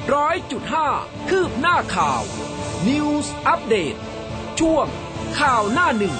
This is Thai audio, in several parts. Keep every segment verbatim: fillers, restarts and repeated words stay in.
ร้อยจุดห้าคืบหน้าข่าว News Update ช่วงข่าวหน้าหนึ่ง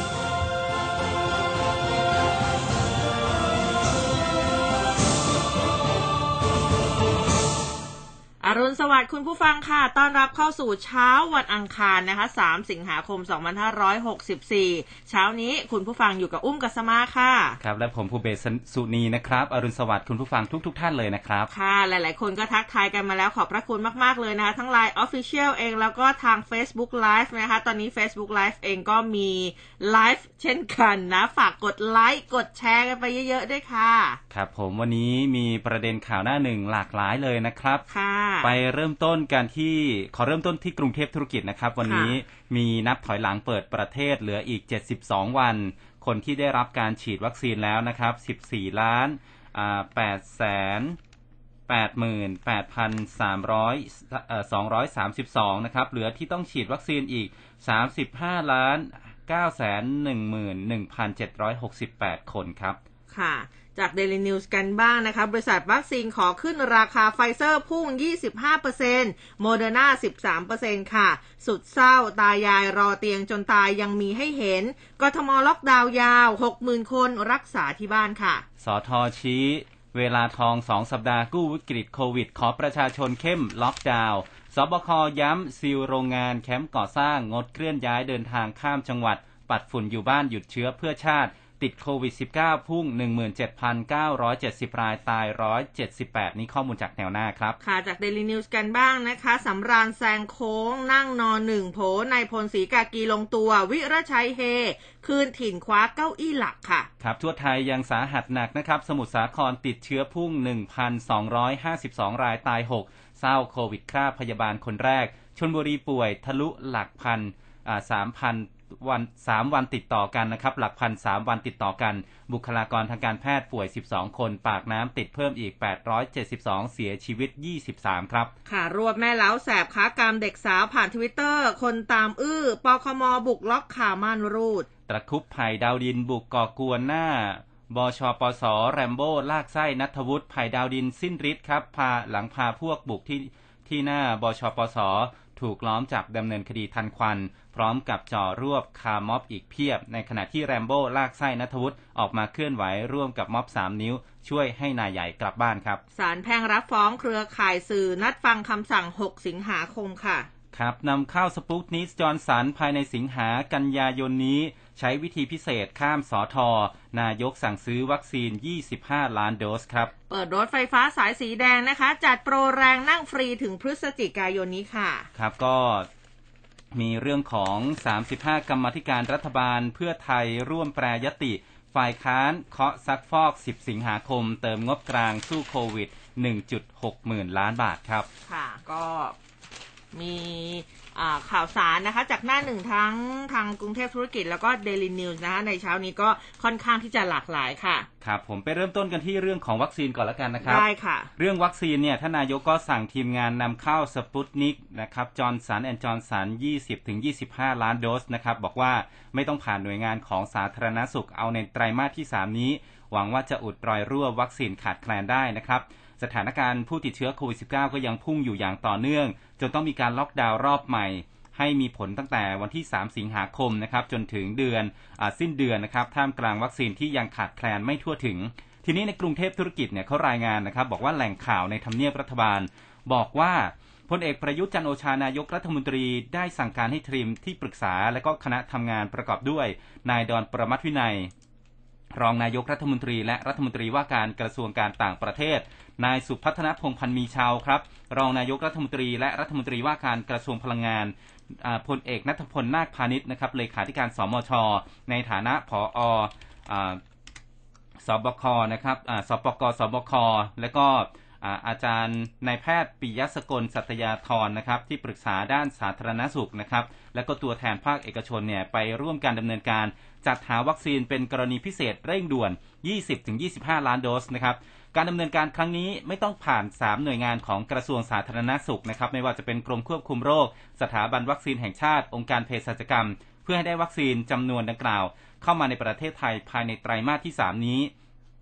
อรุณสวัสดิ์คุณผู้ฟังค่ะต้อนรับเข้าสู่เช้าวันอังคารนะคะสามสิงหาคมสองพันห้าร้อยหกสิบสี่เช้านี้คุณผู้ฟังอยู่กับอุ้มกัสมาค่ะครับและผมภูเบศสุนีนะครับอรุณสวัสดิ์คุณผู้ฟังทุกๆ ท่านเลยนะครับค่ะหลายๆคนก็ทักทายกันมาแล้วขอบพระคุณมากๆเลยนะคะทั้ง ไลน์ Official เองแล้วก็ทาง Facebook Live นะคะตอนนี้ Facebook Live เองก็มีไลฟ์เช่นกันนะฝากกดไลค์กดแชร์กันไปเยอะๆด้วยค่ะครับผมวันนี้มีประเด็นข่าวหน้าหนึ่งหลากหลายเลยนะครับค่ะไปเริ่มต้นกันที่ขอเริ่มต้นที่กรุงเทพธุรกิจนะครับวันนี้มีนับถอยหลังเปิดประเทศเหลืออีกเจ็ดสิบสองวันคนที่ได้รับการฉีดวัคซีนแล้วนะครับสิบสี่ล้านอ่าแปดแสนแปดหมื่นแปดพันสามร้อยเอ่อสองร้อยสามสิบสองนะครับเหลือที่ต้องฉีดวัคซีนอีกสามสิบห้าล้านเก้าแสนหนึ่งหมื่นหนึ่งพันเจ็ดร้อยหกสิบแปดคนครับค่ะจาก Daily News กันบ้างนะคะบริษัทวัคซีนขอขึ้นราคาไฟเซอร์พุ่ง ยี่สิบห้าเปอร์เซ็นต์ โมเดอร์นา สิบสามเปอร์เซ็นต์ ค่ะสุดเศร้าตายายรอเตียงจนตายยังมีให้เห็นกทมล็อกดาวน์ยาว หกหมื่น คนรักษาที่บ้านค่ะสท.ชี้เวลาทองสองสัปดาห์กู้วิกฤตโควิดขอประชาชนเข้มล็อกดาวน์สบคย้ำซีลโรงงานแคมป์ก่อสร้างงดเคลื่อนย้ายเดินทางข้ามจังหวัดปัดฝุ่นอยู่บ้านหยุดเชื้อเพื่อชาติติดโควิด สิบเก้า พุ่ง หนึ่งหมื่นเจ็ดพันเก้าร้อยเจ็ดสิบ รายตายหนึ่งร้อยเจ็ดสิบแปดนี่ข้อมูลจากแนวหน้าครับค่ะจาก Daily News กันบ้างนะคะสำราญแซงโค้งนั่งนอนหนึ่งโผในพลศรีกากีลงตัววิรชัยเฮคืนถิ่นคว้าเก้าอี้หลักค่ะครับทั่วไทยยังสาหัสหนักนะครับสมุทรสาครติดเชื้อพุ่ง หนึ่งพันสองร้อยห้าสิบสอง รายตายหกเศร้าโควิดฆ่าพยาบาลคนแรกชลบุรีป่วยทะลุหลักพันอ่า สามพันวันสามวันติดต่อกันนะครับหลักพันสามวันติดต่อกันบุคลากรทางการแพทย์ป่วยสิบสองคนปากน้ำติดเพิ่มอีกแปดร้อยเจ็ดสิบสองเสียชีวิตยี่สิบสามครับค่ะรวบแม่เล้าแสบค้ากามเด็กสาวผ่าน Twitter คนตามอื้อปคม.บุกล็อกข่าวม่านรูดตะคุบไผ่ดาวดินบุกก่อกวนหน้าบชปสแรมโบ้ลากไส้ณัฐวุฒิไผ่ดาวดินสิ้นฤทธิ์ครับพาหลังพาพวกบุกที่ที่หน้าบชปสถูกล้อมจับดำเนินคดีทันควันพร้อมกับจ่อรวบคาร์ม็อบอีกเพียบในขณะที่แรมโบ้ลากไส้ณัฐวุฒิออกมาเคลื่อนไหวร่วมกับม็อบสามนิ้วช่วยให้นายใหญ่กลับบ้านครับศาลแพ่งรับฟ้องเครือข่ายสื่อนัดฟังคำสั่งหกสิงหาคมค่ะครับนำเข้าสปุตนิกจอร์นสันภายในสิงหากันยายนนี้ใช้วิธีพิเศษข้ามสทนายกสั่งซื้อวัคซีนยี่สิบห้าล้านโดสครับเปิดรถไฟฟ้าสายสีแดงนะคะจัดโปรแรงนั่งฟรีถึงพฤศจิกายนนี้ค่ะครับก็มีเรื่องของสามสิบห้ากรรมาธิการรัฐบาลเพื่อไทยร่วมแปรยติฝ่ายค้านเคาะซักฟอกสิบสิงหาคมเติมงบกลางสู้โควิด หนึ่งจุดหก หมื่นล้านบาทครับค่ะก็มีข่าวสารนะคะจากหน้าหนึ่งทั้งทางกรุงเทพธุรกิจแล้วก็ Daily News นะคะในเช้านี้ก็ค่อนข้างที่จะหลากหลายค่ะครับผมไปเริ่มต้นกันที่เรื่องของวัคซีนก่อนละกันนะครับได้ค่ะเรื่องวัคซีนเนี่ยท่านนายกก็สั่งทีมงานนำเข้าสปุตนิกนะครับจอร์นสันแอนด์จอร์นสัน ยี่สิบถึงยี่สิบห้า ล้านโดสนะครับบอกว่าไม่ต้องผ่านหน่วยงานของสาธารณสุขเอาในไตรมาสที่สามนี้หวังว่าจะอุดรอยรั่ววัคซีนขาดแคลนได้นะครับสถานการณ์ผู้ติดเชื้อโควิด สิบเก้า ก็ยังพุ่งอยู่อย่างต่อเนื่องจนต้องมีการล็อกดาวน์รอบใหม่ให้มีผลตั้งแต่วันที่สามสิงหาคมนะครับจนถึงเดือนอ่าสิ้นเดือนนะครับท่ามกลางวัคซีนที่ยังขาดแคลนไม่ทั่วถึงทีนี้ในกรุงเทพธุรกิจเนี่ยเขารายงานนะครับบอกว่าแหล่งข่าวในทำเนียบรัฐบาลบอกว่าพลเอกประยุทธ์จันทร์โอชานายกรัฐมนตรีได้สั่งการให้ทีมที่ปรึกษาและก็คณะทำงานประกอบด้วยนายดอนประมัติวินัยรองนายกรัฐมนตรีและรัฐมนตรีว่าการกระทรวงการต่างประเทศนายสุพัฒนพงษ์พันธ์มีชาวครับรองนายกรัฐมนตรีและรัฐมนตรีว่าการกระทรวงพลังงานพลเอกณัฐพลนาคพาณิชย์นะครับเลขาธิการสมชในฐานะผอสบคนะครับสปกสบคและก็อาจารย์นายแพทย์ปิยสกลสัตยาธรนะครับที่ปรึกษาด้านสาธารณสุขนะครับและก็ตัวแทนภาคเอกชนเนี่ยไปร่วมการดำเนินการจัดหาวัคซีนเป็นกรณีพิเศษเร่งด่วน ยี่สิบถึงยี่สิบห้า ล้านโดสนะครับการดำเนินการครั้งนี้ไม่ต้องผ่านสามหน่วยงานของกระทรวงสาธารณสุขนะครับไม่ว่าจะเป็นกรมควบคุมโรคสถาบันวัคซีนแห่งชาติองค์การเภสัชกรรมเพื่อให้ได้วัคซีนจำนวนดังกล่าวเข้ามาในประเทศไทยภายในไตรมาสที่สามนี้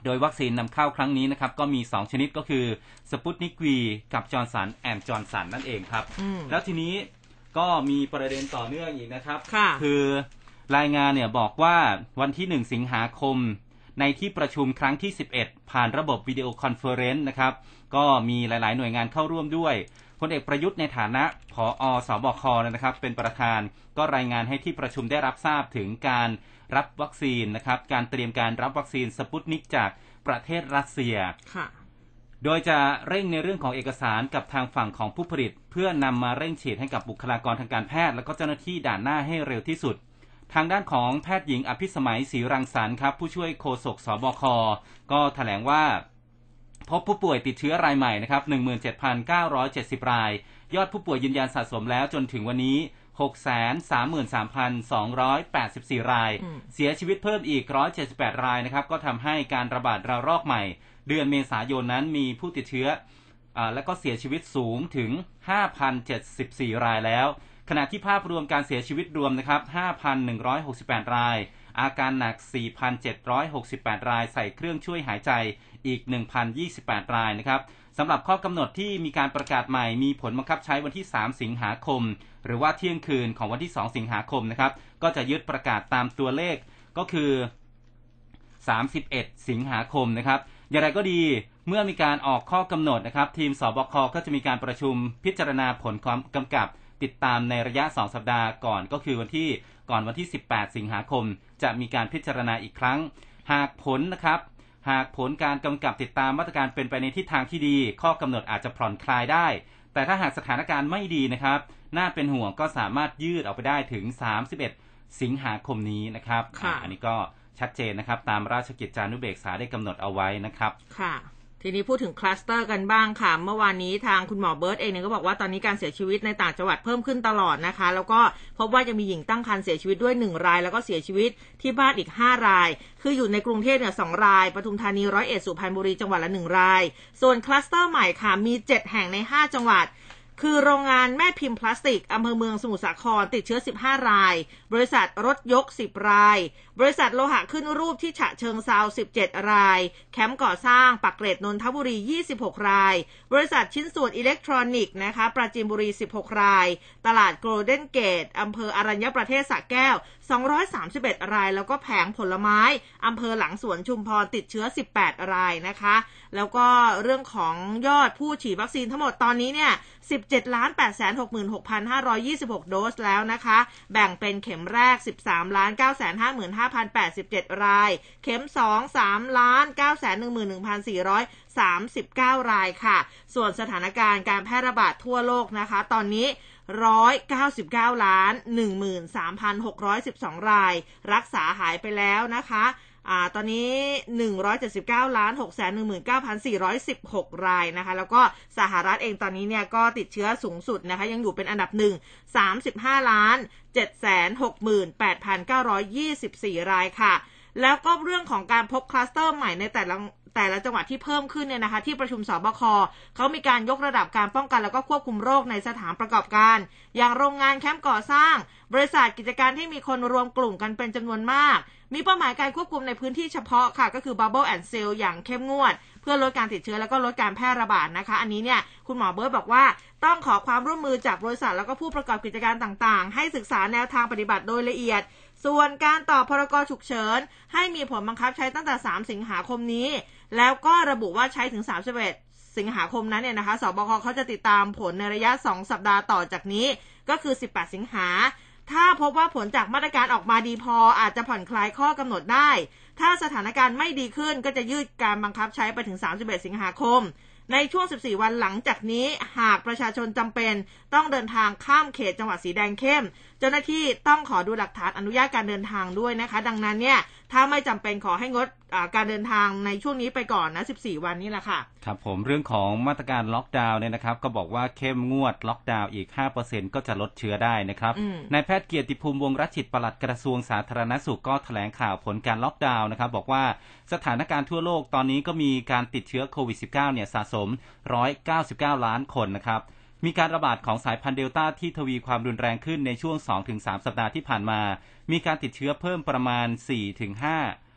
โดยวัคซีนนำเข้าครั้งนี้นะครับก็มีสองชนิดก็คือสปุตนิกวีกับจอร์นสันแอนด์จอร์นสันนั่นเองครับแล้วทีนี้ก็มีประเด็นต่อเนื่องอีกนะครับคือรายงานเนี่ยบอกว่าวันที่หนึ่งสิงหาคมในที่ประชุมครั้งที่สิบเอ็ดผ่านระบบวิดีโอคอนเฟอเรนซ์นะครับก็มีหลายๆหน่วยงานเข้าร่วมด้วยพลเอกประยุทธ์ในฐานะผอ.สบค.นะครับเป็นประธานก็รายงานให้ที่ประชุมได้รับทราบถึงการรับวัคซีนนะครับการเตรียมการรับวัคซีนสปุตนิกจากประเทศรัสเซียโดยจะเร่งในเรื่องของเอกสารกับทางฝั่งของผู้ผลิตเพื่อนำมาเร่งฉีดให้กับบุคลากรทางการแพทย์และก็เจ้าหน้าที่ด่านหน้าให้เร็วที่สุดทางด้านของแพทย์หญิงอภิสมัยศรีรังสรรค์ครับผู้ช่วยโฆษกสบคก็แถลงว่าพบผู้ป่วยติดเชื้อรายใหม่นะครับ หนึ่งหมื่นเจ็ดพันเก้าร้อยเจ็ดสิบ รายยอดผู้ป่วยยืนยันสะสมแล้วจนถึงวันนี้ หกแสนสามหมื่นสามพันสองร้อยแปดสิบสี่ รายเสียชีวิตเพิ่มอีกหนึ่งร้อยเจ็ดสิบแปดรายนะครับก็ทำให้การระบาดระลอกใหม่เดือนเมษายนนั้นมีผู้ติดเชื้ออ่าและก็เสียชีวิตสูงถึง ห้าพันเจ็ดสิบสี่ รายแล้วขณะที่ภาพรวมการเสียชีวิตรวมนะครับ ห้าพันหนึ่งร้อยหกสิบแปด รายอาการหนัก สี่พันเจ็ดร้อยหกสิบแปด รายใส่เครื่องช่วยหายใจอีก หนึ่งพันยี่สิบแปด รายนะครับสำหรับข้อกำหนดที่มีการประกาศใหม่มีผลบังคับใช้วันที่สามสิงหาคมหรือว่าเที่ยงคืนของวันที่สองสิงหาคมนะครับก็จะยึดประกาศตามตัวเลขก็คือสามสิบเอ็ดสิงหาคมนะครับอย่างไรก็ดีเมื่อมีการออกข้อกำหนดนะครับทีมสบคก็จะมีการประชุมพิจารณาผลความกำกับติดตามในระยะสองสัปดาห์ก่อนก็คือวันที่ก่อนวันที่สิบแปดสิงหาคมจะมีการพิจารณาอีกครั้งหากผลนะครับหากผลการกำกับติดตามมาตรการเป็นไปในทิศทางที่ดีข้อกำหนดอาจจะผ่อนคลายได้แต่ถ้าหากสถานการณ์ไม่ดีนะครับน่าเป็นห่วงก็สามารถยืดออกไปได้ถึงสามสิบเอ็ดสิงหาคมนี้นะครับอันนี้ก็ชัดเจนนะครับตามราชกิจจานุเบกษาได้กำหนดเอาไว้นะครับค่ะทีนี้พูดถึงคลัสเตอร์กันบ้างค่ะเมื่อวานนี้ทางคุณหมอเบิร์ตเองเนี่ยก็บอกว่าตอนนี้การเสียชีวิตในต่างจังหวัดเพิ่มขึ้นตลอดนะคะแล้วก็พบว่าจะมีหญิงตั้งครรภ์เสียชีวิตด้วยหนึ่งรายแล้วก็เสียชีวิตที่บ้านอีกห้ารายคืออยู่ในกรุงเทพเนี่ยสองรายปทุมธานีร้อยเอ็ดสุพรรณบุรีจังหวัดละหนึ่งรายส่วนคลัสเตอร์ใหม่ค่ะมีเจ็ดแห่งในห้าจังหวัดคือโรงงานแม่พิมพ์พลาสติกอำเภอเมืองสมุทรสาครติดเชื้อสิบห้ารายบริษัทรถยกสิบรายบริษัทโลหะขึ้นรูปที่ฉะเชิงเทราสิบเจ็ดรายแคมป์ก่อสร้างปักเกร็ดนนทบุรียี่สิบหกรายบริษัทชิ้นส่วนอิเล็กทรอนิกส์นะคะปราจีนบุรีสิบหกรายตลาดโกลเด้นเกตอำเภออรัญญประเทศสระแก้วสองร้อยสามสิบเอ็ดรายแล้วก็แผงผลไม้อำเภอหลังสวนชุมพรติดเชื้อสิบแปดรายนะคะแล้วก็เรื่องของยอดผู้ฉีดวัคซีนทั้งหมดตอนนี้เนี่ยสิบเจ็ดล้านแปดแสนหกหมื่นหกพันห้าร้อยยี่สิบหกโดสแล้วนะคะแบ่งเป็นเข็มแรกสิบสามล้านเก้าแสนห้าหมื่นห้าพันแปดสิบเจ็ดรายเข็มสอง สามล้านเก้าแสนหนึ่งหมื่นหนึ่งพันสี่ร้อยสามสิบเก้ารายค่ะส่วนสถานการณ์การแพร่ระบาดทั่วโลกนะคะตอนนี้หนึ่งร้อยเก้าสิบเก้าล้านหนึ่งหมื่นสามพันหกร้อยสิบสองรายรักษาหายไปแล้วนะคะอ่าตอนนี้หนึ่งร้อยเจ็ดสิบเก้าล้านหกแสนหนึ่งหมื่นเก้าพันสี่ร้อยสิบหกรายนะคะแล้วก็สหรัฐเองตอนนี้เนี่ยก็ติดเชื้อสูงสุดนะคะยังอยู่เป็นอันดับหนึ่ง สามสิบห้าล้านเจ็ดแสนหกหมื่นแปดพันเก้าร้อยยี่สิบสี่รายค่ะแล้วก็เรื่องของการพบคลัสเตอร์ใหม่ในแต่ละแต่ละจังหวัดที่เพิ่มขึ้นเนี่ยนะคะที่ประชุมสบคเขามีการยกระดับการป้องกันแล้วก็ควบคุมโรคในสถานประกอบการอย่างโรงงานแคมป์ก่อสร้างบริษัทกิจการที่มีคนรวมกลุ่มกันเป็นจำนวนมากมีเป้าหมายการควบคุมในพื้นที่เฉพาะค่ะก็คือ Bubble and Seal อย่างเข้มงวดเพื่อลดการติดเชื้อแล้วก็ลดการแพร่ระบาดนะคะอันนี้เนี่ยคุณหมอเบิร์ตบอกว่าต้องขอความร่วมมือจากบริษัทแล้วก็ผู้ประกอบกิจการต่างๆให้ศึกษาแนวทางปฏิบัติโดยละเอียดส่วนการต่อพรกฉุกเฉินให้มีผลบังคับใช้ตั้งแต่สามสิงหาคมนี้แล้วก็ระบุว่าใช้ถึงสามสิบเอ็ดสิงหาคมนั้นเนี่ยนะคะสบคเขาจะติดตามผลในระยะสองสัปดาห์ต่อจากนี้ก็คือสิบแปดสิงหาถ้าพบว่าผลจากมาตรการออกมาดีพออาจจะผ่อนคลายข้อกำหนดได้ถ้าสถานการณ์ไม่ดีขึ้นก็จะยืดการบังคับใช้ไปถึงสามสิบเอ็ดสิงหาคมในช่วงสิบสี่วันหลังจากนี้หากประชาชนจำเป็นต้องเดินทางข้ามเขตจังหวัดสีแดงเข้มเจ้าหน้าที่ต้องขอดูหลักฐานอนุญาตการเดินทางด้วยนะคะดังนั้นเนี่ยถ้าไม่จำเป็นขอให้งดการเดินทางในช่วงนี้ไปก่อนนะสิบสี่วันนี้แหละค่ะครับผมเรื่องของมาตรการล็อกดาวน์เนี่ยนะครับก็บอกว่าเข้มงวดล็อกดาวน์อีก ห้าเปอร์เซ็นต์ ก็จะลดเชื้อได้นะครับนายแพทย์เกียรติภูมิวงศ์รัชจิตปลัดกระทรวงสาธารณสุขก็แถลงข่าวผลการล็อกดาวน์นะครับบอกว่าสถานการณ์ทั่วโลกตอนนี้ก็มีการติดเชื้อโควิด สิบเก้า เนี่ยสะสมหนึ่งร้อยเก้าสิบเก้าล้านคนนะครับมีการระบาดของสายพันธุ์เดลต้าที่ทวีความรุนแรงขึ้นในช่วง สองถึงสาม สัปดาห์ที่ผ่านมามีการติดเชื้อเพิ่มประมาณ สี่ถึงห้า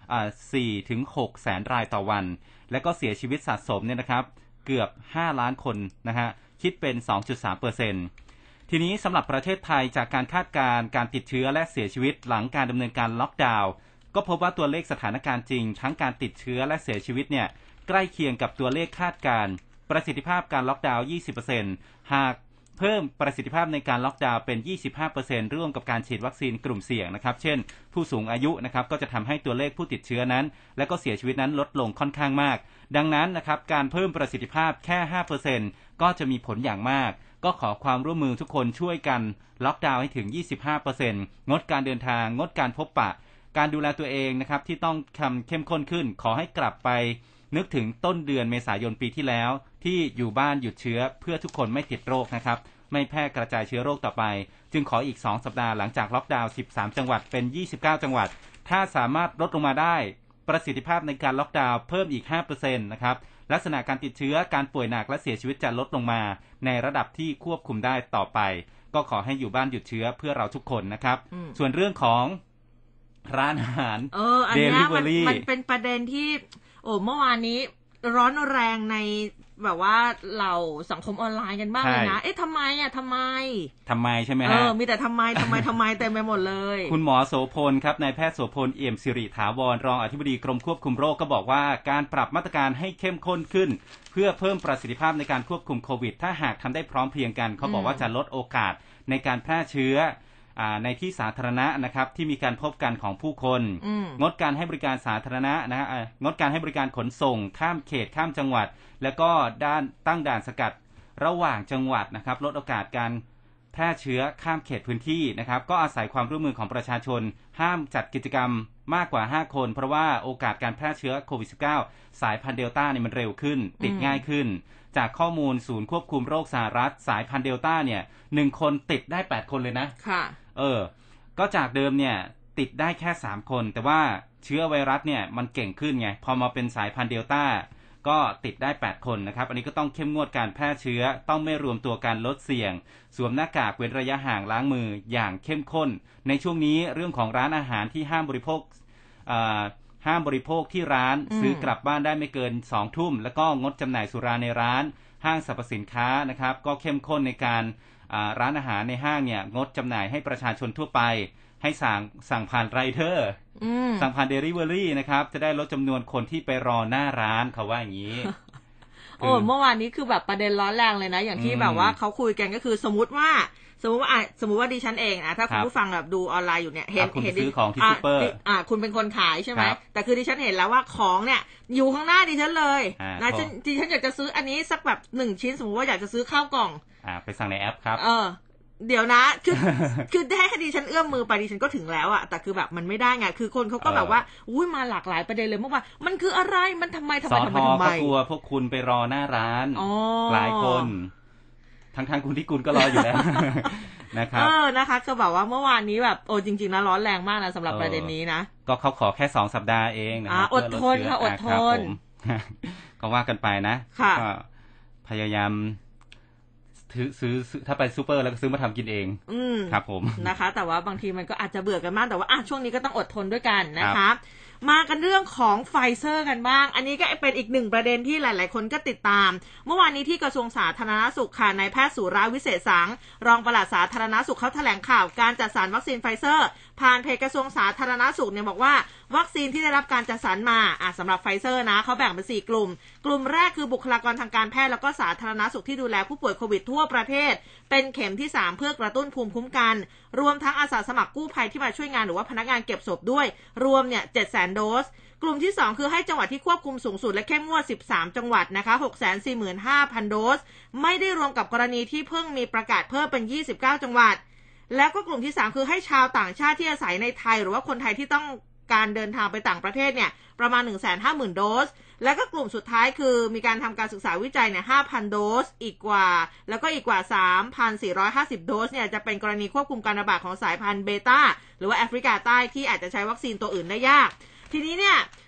สี่ถึงหกแสนรายต่อวันและก็เสียชีวิตสะสมเนี่ยนะครับเกือบห้าล้านคนนะฮะคิดเป็น สองจุดสามเปอร์เซ็นต์ ทีนี้สำหรับประเทศไทยจากการคาดการณ์การติดเชื้อและเสียชีวิตหลังการดำเนินการล็อกดาวน์ก็พบว่าตัวเลขสถานการณ์จริงทั้งการติดเชื้อและเสียชีวิตเนี่ยใกล้เคียงกับตัวเลขคาดการณ์ประสิทธิภาพการล็อกดาวน์ ยี่สิบเปอร์เซ็นต์ หากเพิ่มประสิทธิภาพในการล็อกดาวน์เป็น ยี่สิบห้าเปอร์เซ็นต์ ร่วมกับการฉีดวัคซีนกลุ่มเสี่ยงนะครับเช่นผู้สูงอายุนะครับก็จะทำให้ตัวเลขผู้ติดเชื้อนั้นและก็เสียชีวิตนั้นลดลงค่อนข้างมากดังนั้นนะครับการเพิ่มประสิทธิภาพแค่ ห้าเปอร์เซ็นต์ ก็จะมีผลอย่างมากก็ขอความร่วมมือทุกคนช่วยกันล็อกดาวน์ให้ถึง ยี่สิบห้าเปอร์เซ็นต์ งดการเดินทางงดการพบปะการดูแลตัวเองนะครับที่ต้องทำเข้มข้นขึ้นขอให้กลับไปนึกถึงต้นเดือนเมษายนปีที่แล้วที่อยู่บ้านหยุดเชื้อเพื่อทุกคนไม่ติดโรคนะครับไม่แพร่กระจายเชื้อโรคต่อไปจึงขออีกสองสัปดาห์หลังจากล็อกดาวน์สิบสามจังหวัดเป็นยี่สิบเก้าจังหวัดถ้าสามารถลดลงมาได้ประสิทธิภาพในการล็อกดาวน์เพิ่มอีก ห้าเปอร์เซ็นต์ นะครับลักษณะการติดเชื้อการป่วยหนักและเสียชีวิตจะลดลงมาในระดับที่ควบคุมได้ต่อไปก็ขอให้อยู่บ้านหยุดเชื้อเพื่อเราทุกคนนะครับส่วนเรื่องของร้านอาหารเอออันนี้มันมันเป็นประเด็นที่โอ้เมื่อวานนี้ร้อนแรงในแบบว่าเราสังคมออนไลน์กันบ้างเลยนะเอ๊ะทำไมอ่ะทำไมทำไมใช่ไหมฮะเออมีแต่ทำไมทำไมทำไมเต็มไปหมดเลยคุณหมอโสพลครับนายแพทย์โสพลเอี่ยมสิริถาวรรองอธิบดีกรมควบคุมโรคก็บอกว่าการปรับมาตรการให้เข้มข้นขึ้นเพื่อเพิ่มประสิทธิภาพในการควบคุมโควิดถ้าหากทำได้พร้อมเพรียงกันเขาบอกว่าจะลดโอกาสในการแพร่เชื้อในที่สาธารณะนะครับที่มีการพบกันของผู้คนงดการให้บริการสาธารณะนะฮะงดการให้บริการขนส่งข้ามเขตข้ามจังหวัดแล้วก็ด้านตั้งด่านสกัดระหว่างจังหวัดนะครับลดโอกาสการแพร่เชื้อข้ามเขตพื้นที่นะครับก็อาศัยความร่วมมือของประชาชนห้ามจัดกิจกรรมมากกว่าห้าคนเพราะว่าโอกาสการแพร่เชื้อโควิด สิบเก้า สายพันธุ์เดลต้าเนี่ยมันเร็วขึ้นติดง่ายขึ้นจากข้อมูลศูนย์ควบคุมโรคสหรัฐสายพันธุ์เดลต้าเนี่ยหนึ่งคนติดได้แปดคนเลยนะค่ะเออก็จากเดิมเนี่ยติดได้แค่สามคนแต่ว่าเชื้อไวรัสเนี่ยมันเก่งขึ้นไงพอมาเป็นสายพันธุ์เดลต้าก็ติดได้แปดคนนะครับอันนี้ก็ต้องเข้มงวดการแพร่เชื้อต้องไม่รวมตัวกันลดเสี่ยงสวมหน้ากากเว้นระยะห่างล้างมืออย่างเข้มข้นในช่วงนี้เรื่องของร้านอาหารที่ห้ามบริโภคห้ามบริโภคที่ร้านซื้อกลับบ้านได้ไม่เกินสองทุ่มแล้วก็งดจำหน่ายสุราในร้านห้างสรรพสินค้านะครับก็เข้มข้นในการร้านอาหารในห้างเนี่ยงดจำหน่ายให้ประชาชนทั่วไปให้สั่งสั่งผ่านไรเดอร์สั่งผ่านเดลิเวอรี่นะครับจะได้ลดจำนวนคนที่ไปรอหน้าร้านเขาว่าอย่างนี้โอ้เมื่อวานนี้คือแบบประเด็นร้อนแรงเลยนะอย่างที่แบบว่าเขาคุยกันก็คือสมมติว่าสมมติว่าสมมติว่าดิฉันเองอ่ะถ้าคุณผู้ฟังแบบดูออนไลน์อยู่เนี่ยเห็นเห็นซื้อของที่ซูเปอร์อ่าคุณเป็นคนขายใช่ไหมแต่คือดิฉันเห็นแล้วว่าของเนี่ยอยู่ข้างหน้าดิฉันเลยนะดิฉันอยากจะซื้ออันนี้สักแบบหนึ่งชิ้นสมมติว่าอยากจะซื้อข้าวกล่องอ่าไปสั่งในแอปครับเออเดี๋ยวนะคือคือได้แค่ดิฉันเอื้อมมือไปดิฉันก็ถึงแล้วอะแต่คือแบบมันไม่ได้ไงคือคนเขาก็แบบว่าอุ้ยมาหลากหลายประเด็นเลยเมื่อวานมันคืออะไรมันทำไมทำไมทำไมทำไมกลัวพวกคุณไปรอหน้าร้านหลายคนทั้งทางคุณที่คุณก็รออยู่แล้วนะครับเออนะคะก็แบบว่าเมื่อวานนี้แบบโอ้จริงๆนะร้อนแรงมากนะสำหรับประเด็นนี้นะก็เขาขอแค่สองสัปดาห์เองนะครับอดทนค่ะอดทนก็ว่ากันไปนะก็พยายามซื้อถ้าไปซูเปอร์แล้วก็ซื้อมาทำกินเองครับผมนะคะแต่ว่าบางทีมันก็อาจจะเบื่อกันมากแต่ว่าอ่ะช่วงนี้ก็ต้องอดทนด้วยกันนะคะมากันเรื่องของไฟเซอร์กันบ้างอันนี้ก็เป็นอีกหนึ่งประเด็นที่หลายๆคนก็ติดตามเมื่อวานนี้ที่กระทรวงสาธารณสุขค่ะนายแพทย์สุราวิเศษสังรองปลัดสาธารณสุขเขาแถลงข่าวการจัดสรรวัคซีนไฟเซอร์ผ่านเพจกระทรวงสาธารณสุขเนี่ยบอกว่าวัคซีนที่ได้รับการจัดสรรมาอ่ะสำหรับไฟเซอร์นะเขาแบ่งเป็นสี่กลุ่มกลุ่มแรกคือบุคลากรทางการแพทย์แล้วก็สาธารณสุขที่ดูแลผู้ป่วยโควิดทั่วประเทศเป็นเข็มที่สามเพื่อกระตุ้นภูมิคุ้มกันรวมทั้งอาสาสมัครกู้ภัยที่มาช่วยงานหรือว่าพนักงานเก็บศพด้วยรวมเนี่ย เจ็ดแสน โดสกลุ่มที่สองคือให้จังหวัดที่ควบคุมสูงสุดและเข้มงวดสิบสามจังหวัดนะคะ หกแสนสี่หมื่นห้าพัน โดสไม่ได้รวมกับกรณีที่เพิ่งมีประกาศเพิ่มเป็นยี่สิบเก้าจังหวัดแล้วก็กลุ่มที่สามคือให้ชาวต่างชาติที่อาศัยในไทยหรือว่าคนไทยที่ต้องการเดินทางไปต่างประเทศเนี่ยประมาณ หนึ่งแสนห้าหมื่น โดสแล้วก็กลุ่มสุดท้ายคือมีการทำการศึกษาวิจัยเนี่ย ห้าพัน โดสอีกกว่าแล้วก็อีกกว่า สามพันสี่ร้อยห้าสิบ โดสเนี่ยจะเป็นกรณีควบคุมการระบาดของสายพันธุ์เบต้าหรือว่าแอฟริกาใต้ที่อาจจะใช้วัคซีนตัวอื่นได้ยากทีนี้เนี่ย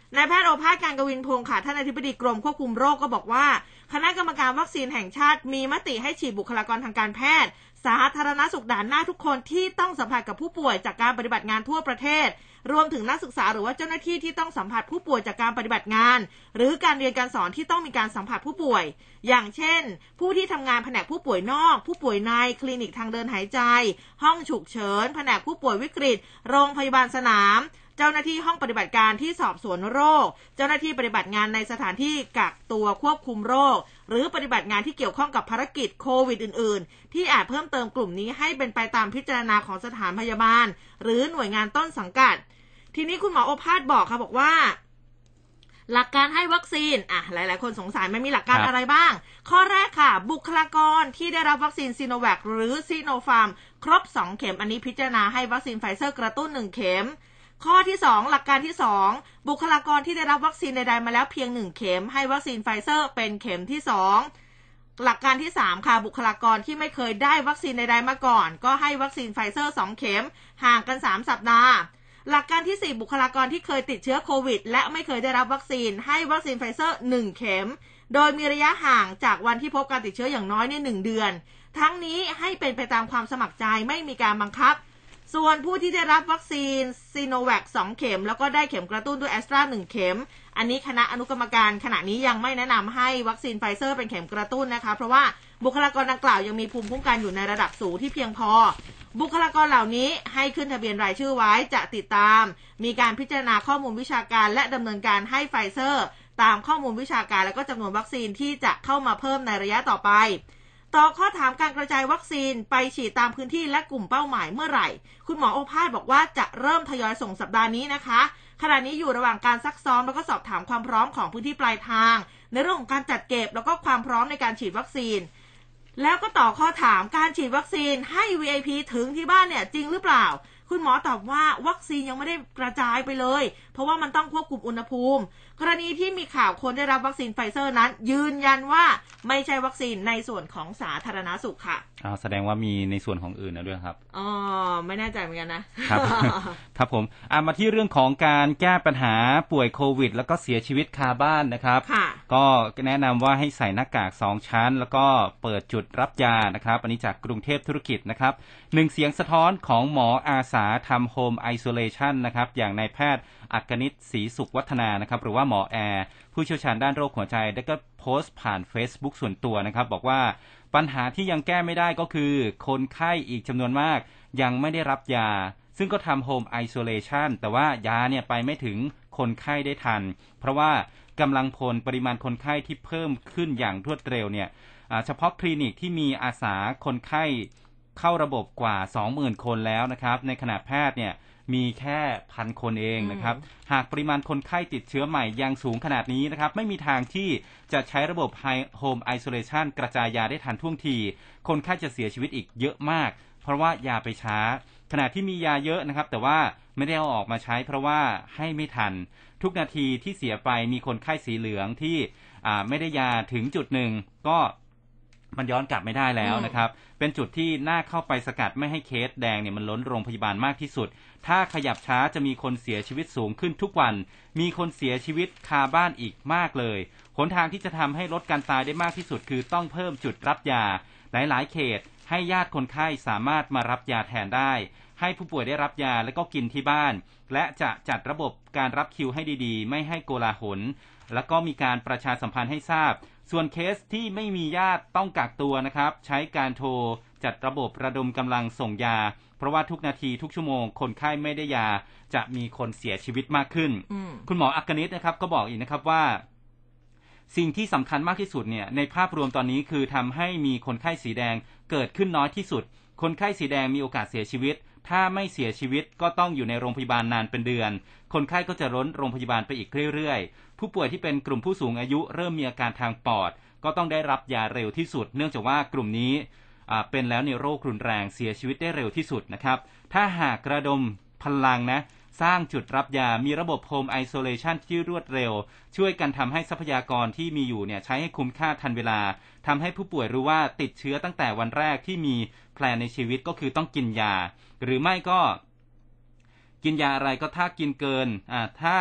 นายแพทย์โอภาสการกวินพงศ์ค่ะท่านอธิบดีกรมควบคุมโรคก็บอกว่าคณะกรรมการวัคซีนแห่งชาติมีมติให้ฉีดบุคลากรทางการแพทย์สาธารณสุขด่านหน้าทุกคนที่ต้องสัมผัสกับผู้ป่วยจากการปฏิบัติงานทั่วประเทศรวมถึงนักศึกษาหรือว่าเจ้าหน้าที่ที่ต้องสัมผัสผู้ป่วยจากการปฏิบัติงานหรือการเรียนการสอนที่ต้องมีการสัมผัสผู้ป่วยอย่างเช่นผู้ที่ทำงานแผนกผู้ป่วยนอกผู้ป่วยในคลินิกทางเดินหายใจห้องฉุกเฉินแผนกผู้ป่วยวิกฤตโรงพยาบาลสนามเจ้าหน้าที่ห้องปฏิบัติการที่สอบสวนโรคเจ้าหน้าที่ปฏิบัติงานในสถานที่กักตัวควบคุมโรคหรือปฏิบัติงานที่เกี่ยวข้องกับภารกิจโควิดอื่นๆที่อาจเพิ่มเติมกลุ่มนี้ให้เป็นไปตามพิจารณาของสถานพยาบาลหรือหน่วยงานต้นสังกัดทีนี้คุณหมอโอภาสบอกค่ะบอกว่าหลักการให้วัคซีนอ่ะหลายๆคนสงสัยมันมีหลักการอะไรบ้างข้อแรกค่ะบุคลากรที่ได้รับวัคซีนซิโนแวคหรือซิโนฟาร์มครบสองเข็มอันนี้พิจารณาให้วัคซีนไฟเซอร์กระตุ้นหนึ่งเข็มข้อที่สองหลักการที่สองบุคลากรที่ได้รับวัคซีนใดๆมาแล้วเพียงหนึ่งเข็มให้วัคซีนไฟเซอร์เป็นเข็มที่สองหลักการที่สามค่ะบุคลากรที่ไม่เคยได้วัคซีนใดๆมาก่อนก็ให้วัคซีนไฟเซอร์สองเข็มห่างกันสามสัปดาห์หลักการที่สี่บุคลากรที่เคยติดเชื้อโควิดและไม่เคยได้รับวัคซีนให้วัคซีนไฟเซอร์หนึ่งเข็มโดยมีระยะห่างจากวันที่พบการติดเชื้ออย่างน้อยในหนึ่งเดือนทั้งนี้ให้เป็นไปตามความสมัครใจไม่มีการบังคับส่วนผู้ที่ได้รับวัคซีนซีโนแวคสองเข็มแล้วก็ได้เข็มกระตุ้นด้วยแอสตราหนึ่งเข็มอันนี้คณะอนุกรรมการขณะนี้ยังไม่แนะนำให้วัคซีนไฟเซอร์เป็นเข็มกระตุ้นนะคะเพราะว่าบุคลากรดังกล่าวยังมีภูมิคุ้มกันอยู่ในระดับสูงที่เพียงพอบุคลากรเหล่านี้ให้ขึ้นทะเบียนรายชื่อไว้จะติดตามมีการพิจารณาข้อมูลวิชาการและดำเนินการให้ไฟเซอร์ตามข้อมูลวิชาการและก็จำนวนวัคซีนที่จะเข้ามาเพิ่มในระยะต่อไปต่อข้อถามการกระจายวัคซีนไปฉีดตามพื้นที่และกลุ่มเป้าหมายเมื่อไหร่คุณหมอโอภาสบอกว่าจะเริ่มทยอยส่งสัปดาห์นี้นะคะขณะนี้อยู่ระหว่างการซักซ้อมแล้วก็สอบถามความพร้อมของพื้นที่ปลายทางในเรื่องของการจัดเก็บแล้วก็ความพร้อมในการฉีดวัคซีนแล้วก็ต่อข้อถามการฉีดวัคซีนให้ วี ไอ พี ถึงที่บ้านเนี่ยจริงหรือเปล่าคุณหมอตอบว่าวัคซีนยังไม่ได้กระจายไปเลยเพราะว่ามันต้องควบคุมอุณหภูมิกรณีที่มีข่าวคนได้รับวัคซีนไฟเซอร์นั้นยืนยันว่าไม่ใช่วัคซีนในส่วนของสาธารณสุขค่ะอ๋อแสดงว่ามีในส่วนของอื่นนะด้วยครับอ๋อไม่แน่ใจเหมือนกันนะครับ ครับผมอ่ะมาที่เรื่องของการแก้ปัญหาป่วยโควิดแล้วก็เสียชีวิตคาบ้านนะครับก็แนะนำว่าให้ใส่หน้ากากสองชั้นแล้วก็เปิดจุดรับยานะครับอันนี้จากกรุงเทพธุรกิจนะครับหนึ่งเสียงสะท้อนของหมออาสาทำโฮมไอโซเลชันนะครับอย่างนายแพทย์อักนิตศรีสุขวัฒนานะครับหรือว่าหมอแอร์ผู้เชี่ยวชาญด้านโรคหัวใจได้ก็โพสต์ผ่าน Facebook ส่วนตัวนะครับบอกว่าปัญหาที่ยังแก้ไม่ได้ก็คือคนไข้อีกจำนวนมากยังไม่ได้รับยาซึ่งก็ทำโฮมไอโซเลชันแต่ว่ายาเนี่ยไปไม่ถึงคนไข้ได้ทันเพราะว่ากำลังพลปริมาณคนไข้ที่เพิ่มขึ้นอย่างรวดเร็วเนี่ยเฉพาะคลินิกที่มีอาสาคนไข้เข้าระบบกว่า สองหมื่น คนแล้วนะครับในขณะแพทย์เนี่ยมีแค่พันคนเองนะครับหากปริมาณคนไข้ติดเชื้อใหม่ยังสูงขนาดนี้นะครับไม่มีทางที่จะใช้ระบบโฮมไอโซเลชันกระจายยาได้ทันท่วงทีคนไข้จะเสียชีวิตอีกเยอะมากเพราะว่ายาไปช้าขณะที่มียาเยอะนะครับแต่ว่าไม่ได้เอาออกมาใช้เพราะว่าให้ไม่ทันทุกนาทีที่เสียไปมีคนไข้สีเหลืองที่ไม่ได้ยาถึงจุดหนึ่งก็มันย้อนกลับไม่ได้แล้วนะครับเป็นจุดที่น่าเข้าไปสกัดไม่ให้เคสแดงเนี่ยมันล้นโรงพยาบาลมากที่สุดถ้าขยับช้าจะมีคนเสียชีวิตสูงขึ้นทุกวันมีคนเสียชีวิตคาบ้านอีกมากเลยหนทางที่จะทำให้ลดการตายได้มากที่สุดคือต้องเพิ่มจุดรับยาหลายๆเขตให้ญาติคนไข้สามารถมารับยาแทนได้ให้ผู้ป่วยได้รับยาแล้วก็กินที่บ้านและจะจัดระบบการรับคิวให้ดีๆไม่ให้โกลาหลแล้วก็มีการประชาสัมพันธ์ให้ทราบส่วนเคสที่ไม่มีญาติต้องกักตัวนะครับใช้การโทรจัดระบบระดมกำลังส่งยาเพราะว่าทุกนาทีทุกชั่วโมงคนไข้ไม่ได้ยาจะมีคนเสียชีวิตมากขึ้นคุณหมออักนิตนะครับก็บอกอีกนะครับว่าสิ่งที่สำคัญมากที่สุดเนี่ยในภาพรวมตอนนี้คือทำให้มีคนไข้สีแดงเกิดขึ้นน้อยที่สุดคนไข้สีแดงมีโอกาสเสียชีวิตถ้าไม่เสียชีวิตก็ต้องอยู่ในโรงพยาบาลนานเป็นเดือนคนไข้ก็จะล้นโรงพยาบาลไปอีกเรื่อยๆผู้ป่วยที่เป็นกลุ่มผู้สูงอายุเริ่มมีอาการทางปอดก็ต้องได้รับยาเร็วที่สุดเนื่องจากว่ากลุ่มนี้เป็นแล้วในโรครุนแรงเสียชีวิตได้เร็วที่สุดนะครับถ้าหากระดมพลังนะสร้างจุดรับยามีระบบโฮมไอโซเลชันที่รวดเร็วช่วยกันทำให้ทรัพยากรที่มีอยู่เนี่ยใช้ให้คุ้มค่าทันเวลาทำให้ผู้ป่วยรู้ว่าติดเชื้อตั้งแต่วันแรกที่มีแผลในชีวิตก็คือต้องกินยาหรือไม่ก็กินยาอะไรก็ถ้ากินเกินอ่าถ้า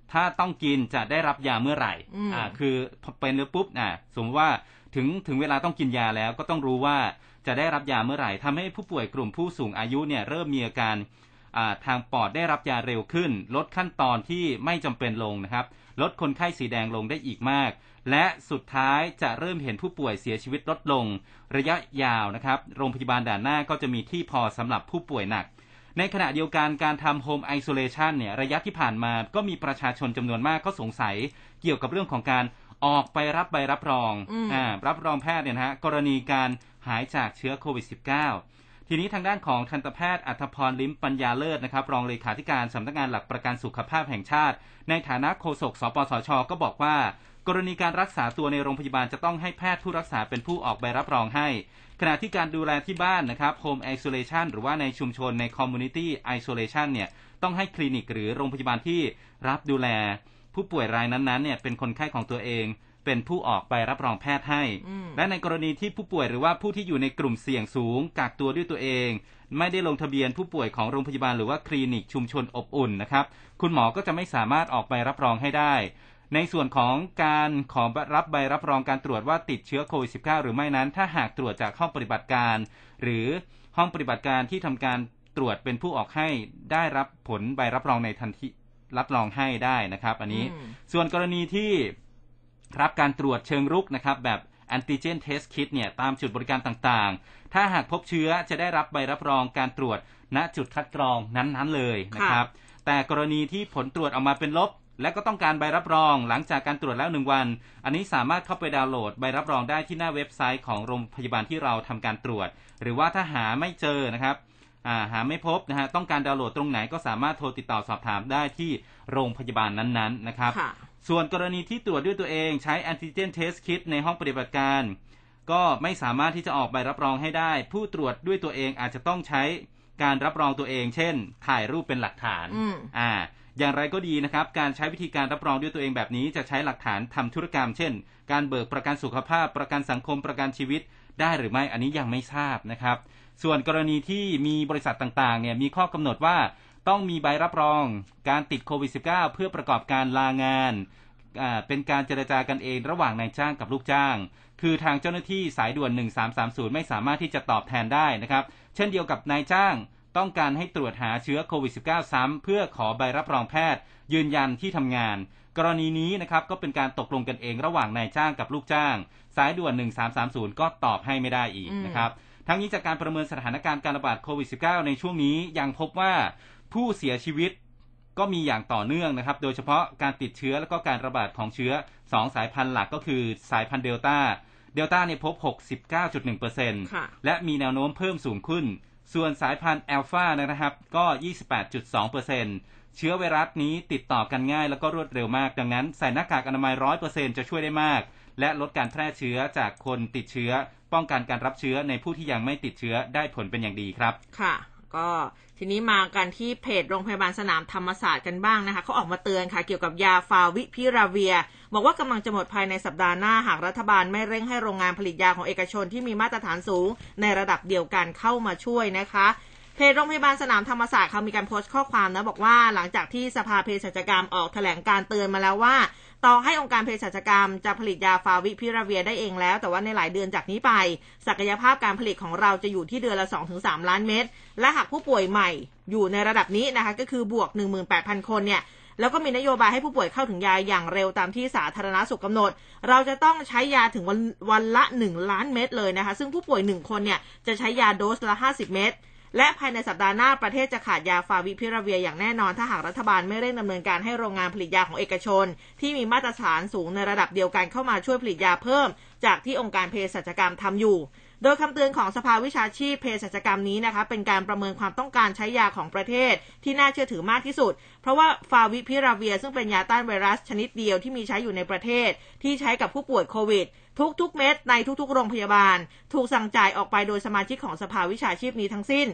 ถ้าต้องกินจะได้รับยาเมื่อไหร่อ่าคือเป็นแล้วปุ๊บอ่าสมมติว่าถึงถึงเวลาต้องกินยาแล้วก็ต้องรู้ว่าจะได้รับยาเมื่อไหร่ทำให้ผู้ป่วยกลุ่มผู้สูงอายุเนี่ยเริ่มมีอาการทางปอดได้รับยาเร็วขึ้นลดขั้นตอนที่ไม่จำเป็นลงนะครับลดคนไข้สีแดงลงได้อีกมากและสุดท้ายจะเริ่มเห็นผู้ป่วยเสียชีวิตลดลงระยะยาวนะครับโรงพยาบาลด่านหน้าก็จะมีที่พอสำหรับผู้ป่วยหนักในขณะเดียวกันการทำโฮมไอโซเลชันเนี่ยระยะที่ผ่านมาก็มีประชาชนจำนวนมากก็สงสัยเกี่ยวกับเรื่องของการออกไปรับใบรับรองอ่ารับรองแพทย์เนี่ยนะฮะกรณีการหายจากเชื้อโควิด สิบเก้า ทีนี้ทางด้านของทันตแพทย์อัธพรลิ้มปัญญาเลิศนะครับรองเลขาธิการสำนักงานหลักประกันสุขภาพแห่งชาติในฐานะโฆษกสปสช.ก็บอกว่ากรณีการรักษาตัวในโรงพยาบาลจะต้องให้แพทย์ผู้รักษาเป็นผู้ออกใบรับรองให้ขณะที่การดูแลที่บ้านนะครับ Home Isolation หรือว่าในชุมชนใน Community Isolation เนี่ยต้องให้คลินิกหรือโรงพยาบาลที่รับดูแลผู้ป่วยรายนั้นๆเนี่ยเป็นคนไข้ของตัวเองเป็นผู้ออกใบรับรองแพทย์ให้และในกรณีที่ผู้ป่วยหรือว่าผู้ที่อยู่ในกลุ่มเสี่ยงสูงกักตัวด้วยตัวเองไม่ได้ลงทะเบียนผู้ป่วยของโรงพยาบาลหรือว่าคลินิกชุมชนอบอุ่นนะครับคุณหมอก็จะไม่สามารถออกใบรับรองให้ได้ในส่วนของการขอรับใบรับรองการตรวจว่าติดเชื้อโควิด สิบเก้า หรือไม่นั้นถ้าหากตรวจจากห้องปฏิบัติการหรือห้องปฏิบัติการที่ทำการตรวจเป็นผู้ออกให้ได้รับผลใบรับรองในทันทีรับรองให้ได้นะครับอันนี้ส่วนกรณีที่รับการตรวจเชิงรุกนะครับแบบ Antigen Test Kit เนี่ยตามจุดบริการต่างๆถ้าหากพบเชื้อจะได้รับใบรับรองการตรวจณจุดคัดกรองนั้นๆเลยนะครับแต่กรณีที่ผลตรวจออกมาเป็นลบและก็ต้องการใบรับรองหลังจากการตรวจแล้วหนึ่งวันอันนี้สามารถเข้าไปดาวน์โหลดใบรับรองได้ที่หน้าเว็บไซต์ของโรงพยาบาลที่เราทำการตรวจหรือว่าถ้าหาไม่เจอนะครับหาไม่พบนะฮะต้องการดาวน์โหลดตรงไหนก็สามารถโทรติดต่อสอบถามได้ที่โรงพยาบาลนั้นๆนะครับส่วนกรณีที่ตรวจด้วยตัวเองใช้ Antigen Test Kit ในห้องปฏิบัติการก็ไม่สามารถที่จะออกใบรับรองให้ได้ผู้ตรวจด้วยตัวเองอาจจะต้องใช้การรับรองตัวเองเช่นถ่ายรูปเป็นหลักฐานอ่าอย่างไรก็ดีนะครับการใช้วิธีการรับรองด้วยตัวเองแบบนี้จะใช้หลักฐานทำธุรกรรมเช่นการเบิกประกันสุขภาพประกันสังคมประกันชีวิตได้หรือไม่อันนี้ยังไม่ทราบนะครับส่วนกรณีที่มีบริษัทต่างๆเนี่ยมีข้อกำหนดว่าต้องมีใบรับรองการติดโควิด สิบเก้า เพื่อประกอบการลางานอ่าเป็นการเจรจากันเองระหว่างนายจ้างกับลูกจ้างคือทางเจ้าหน้าที่สายด่วนหนึ่งสามสามศูนย์ไม่สามารถที่จะตอบแทนได้นะครับเช่นเดียวกับนายจ้างต้องการให้ตรวจหาเชื้อโควิด สิบเก้า ซ้ำเพื่อขอใบรับรองแพทย์ยืนยันที่ทำงานกรณีนี้นะครับก็เป็นการตกลงกันเองระหว่างนายจ้างกับลูกจ้างสายด่วนหนึ่งสามสามศูนย์ก็ตอบให้ไม่ได้อีกนะครับทั้งนี้จากการประเมินสถานการณ์การระบาดโควิด สิบเก้า ในช่วงนี้ยังพบว่าผู้เสียชีวิตก็มีอย่างต่อเนื่องนะครับโดยเฉพาะการติดเชื้อและก็การระบาดของเชื้อสองสายพันธุ์หลักก็คือสายพันธุ์เดลต้าเดลต้าเนี่ยพบ หกสิบเก้าจุดหนึ่งเปอร์เซ็นต์ และมีแนวโน้มเพิ่มสูงขึ้นส่วนสายพันธุ์แอลฟานะครับก็ ยี่สิบแปดจุดสองเปอร์เซ็นต์ เชื้อไวรัสนี้ติดต่อกันง่ายแล้วก็รวดเร็วมากดังนั้นใส่หน้ากากอนามัย ร้อยเปอร์เซ็นต์ จะช่วยได้มากและลดการแพร่เชื้อจากคนติดเชื้อป้องกันการรับเชื้อในผู้ที่ยังไม่ติดเชื้อได้ผลเป็นอย่างดีครับค่ะก็ทีนี้มากันที่เพจโรงพยาบาลสนามธรรมศาสตร์กันบ้างนะคะเขาออกมาเตือนค่ะเกี่ยวกับยาฟาวิพิราเวียบอกว่ากำลังจะหมดภายในสัปดาห์หน้าหากรัฐบาลไม่เร่งให้โรงงานผลิตยาของเอกชนที่มีมาตรฐานสูงในระดับเดียวกันเข้ามาช่วยนะคะเพจโรงพยาบาลสนามธรรมศาสตร์เขามีการโพสต์ข้อความนะบอกว่าหลังจากที่สภาเภสัชกรรมออกแถลงการเตือนมาแล้วว่าต่อให้องค์การเภสัชกรรมจะผลิตยาฟาวิพิราเวียได้เองแล้วแต่ว่าในหลายเดือนจากนี้ไปศักยภาพการผลิตของเราจะอยู่ที่เดือนละ สองถึงสาม ล้านเม็ดและหากผู้ป่วยใหม่อยู่ในระดับนี้นะคะก็คือบวก หนึ่งหมื่นแปดพัน คนเนี่ยแล้วก็มีนโยบายให้ผู้ป่วยเข้าถึงยาอย่างเร็วตามที่สาธารณสุขกำหนดเราจะต้องใช้ยาถึงวันวันละหนึ่งล้านเม็ดเลยนะคะซึ่งผู้ป่วยหนึ่งคนเนี่ยจะใช้ยาโดสละห้าสิบเม็ดและภายในสัปดาห์หน้าประเทศจะขาดยาฟาวิพิราเวียอย่างแน่นอนถ้าหากรัฐบาลไม่เร่งดำเนินการให้โรงงานผลิตยาของเอกชนที่มีมาตรฐานสูงในระดับเดียวกันเข้ามาช่วยผลิตยาเพิ่มจากที่องค์การเภสัชกรรมทำอยู่โดยคำเตือนของสภาวิชาชีพเภสัชกรรมนี้นะคะเป็นการประเมินความต้องการใช้ยาของประเทศที่น่าเชื่อถือมากที่สุดเพราะว่าฟาวิพิราเวียซึ่งเป็นยาต้านไวรัสชนิดเดียวที่มีใช้อยู่ในประเทศที่ใช้กับผู้ป่วยโควิดทุกๆเม็ดในทุกๆโรงพยาบาลถูกสั่งจ่ายออกไปโดยสมาชิกของสภาวิชาชีพนี้ทั้งสิ้น